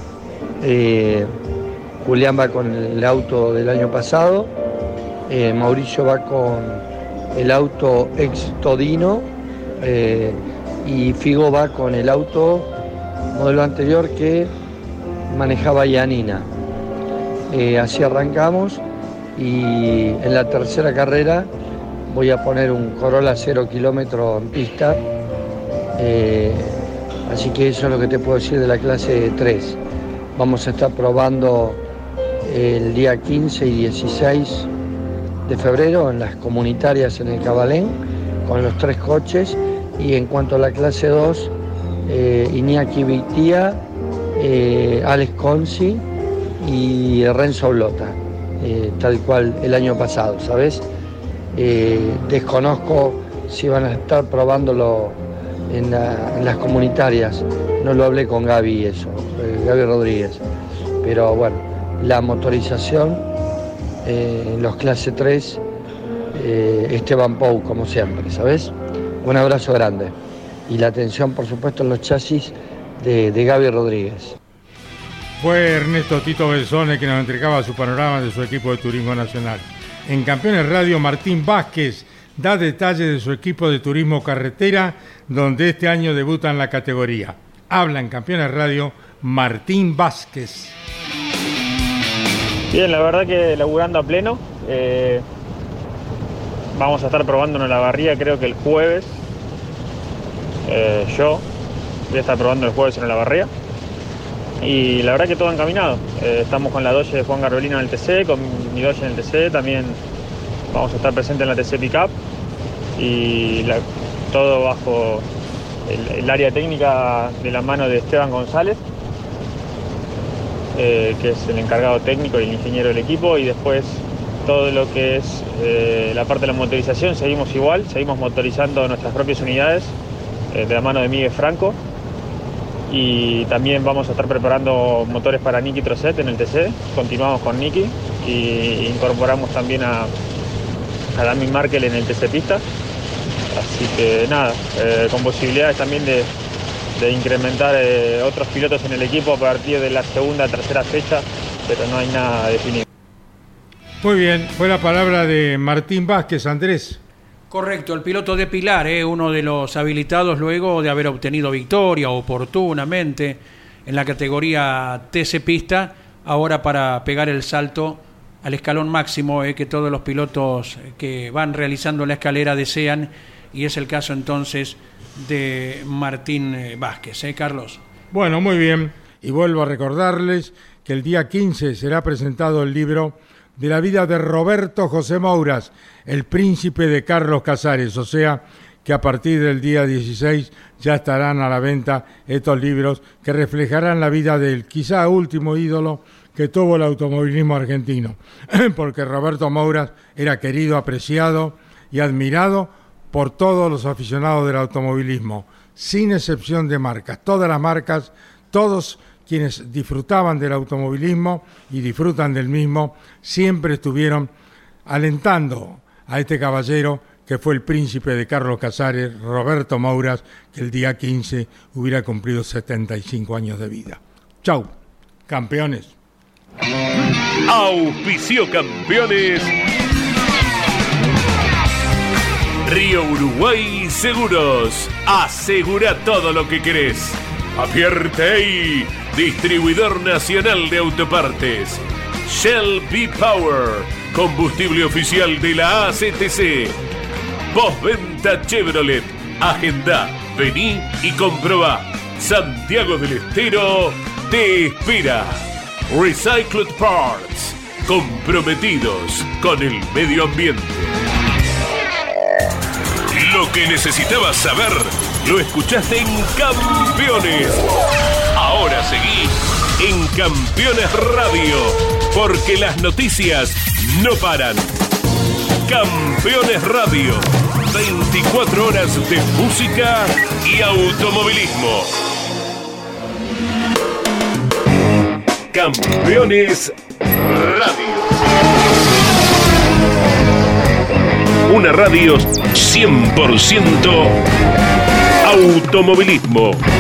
Eh, Julián va con el auto del año pasado, eh, Mauricio va con el auto ex Todino, eh, y Figo va con el auto modelo anterior que manejaba Yanina. Eh, así arrancamos y en la tercera carrera voy a poner un Corolla cero kilómetro en pista. Eh, así que eso es lo que te puedo decir de la clase tres. Vamos a estar probando el día quince y dieciséis de febrero en las comunitarias en el Cabalén con los tres coches. Y en cuanto a la clase dos, eh, Iñaki Vitía, eh, Alex Conci y Renzo Blota, eh, tal cual el año pasado, ¿sabes? Eh, desconozco si van a estar probándolo en, la, en las comunitarias, no lo hablé con Gaby eso, eh, Gaby Rodríguez, pero bueno, la motorización eh, en los clase tres, eh, Esteban Pou, como siempre, ¿sabes? Un abrazo grande. Y la atención, por supuesto, en los chasis de, de Gaby Rodríguez. Fue Ernesto Tito Belzone quien nos entregaba su panorama de su equipo de turismo nacional. En Campeones Radio, Martín Vázquez da detalles de su equipo de turismo carretera, donde este año debuta en la categoría. Habla en Campeones Radio Martín Vázquez. Bien, la verdad que laburando a pleno. Eh, vamos a estar probando en la barría creo que el jueves. Eh, yo voy a estar probando el jueves en la barría. Y la verdad que todo encaminado. Eh, estamos con la Dodge de Juan Garbelino en el T C, con mi Dodge en el T C. También vamos a estar presentes en la T C Pickup. Y la, todo bajo el, el área técnica de la mano de Esteban González, eh, que es el encargado técnico y el ingeniero del equipo. Y después todo lo que es eh, la parte de la motorización, seguimos igual, seguimos motorizando nuestras propias unidades eh, de la mano de Miguel Franco. Y también vamos a estar preparando motores para Nicky Trocet en el T C. Continuamos con Nicky y incorporamos también a, a Dami Markel en el T C Pista. Así que nada, eh, con posibilidades también de, de incrementar eh, otros pilotos en el equipo a partir de la segunda, tercera fecha, pero no hay nada definido. Muy bien, fue la palabra de Martín Vázquez. Andrés. Correcto, el piloto de Pilar, eh, uno de los habilitados luego de haber obtenido victoria oportunamente en la categoría T C Pista, ahora para pegar el salto al escalón máximo eh, que todos los pilotos que van realizando la escalera desean, y es el caso entonces de Martín Vázquez, ¿eh, Carlos? Bueno, muy bien, y vuelvo a recordarles que el día quince será presentado el libro de la vida de Roberto José Mouras, el príncipe de Carlos Casares, o sea que a partir del día dieciséis ya estarán a la venta estos libros que reflejarán la vida del quizá último ídolo que tuvo el automovilismo argentino, porque Roberto Mouras era querido, apreciado y admirado por todos los aficionados del automovilismo, sin excepción de marcas, todas las marcas, todos quienes disfrutaban del automovilismo y disfrutan del mismo, siempre estuvieron alentando a este caballero que fue el príncipe de Carlos Casares, Roberto Mouras, que el día quince hubiera cumplido setenta y cinco años de vida. Chau, campeones. Auspició Campeones Río Uruguay Seguros. Asegura todo lo que querés. Apierte, distribuidor nacional de autopartes. Shell V-Power, combustible oficial de la A C T C. Postventa Chevrolet. Agenda, vení y comprobá. Santiago del Estero te espera. Recycled Parts, comprometidos con el medio ambiente. Lo que necesitabas saber lo escuchaste en Campeones. Ahora seguí en Campeones Radio, porque las noticias no paran. Campeones Radio, veinticuatro horas de música y automovilismo. Campeones Radio. Una radio cien por ciento automovilismo.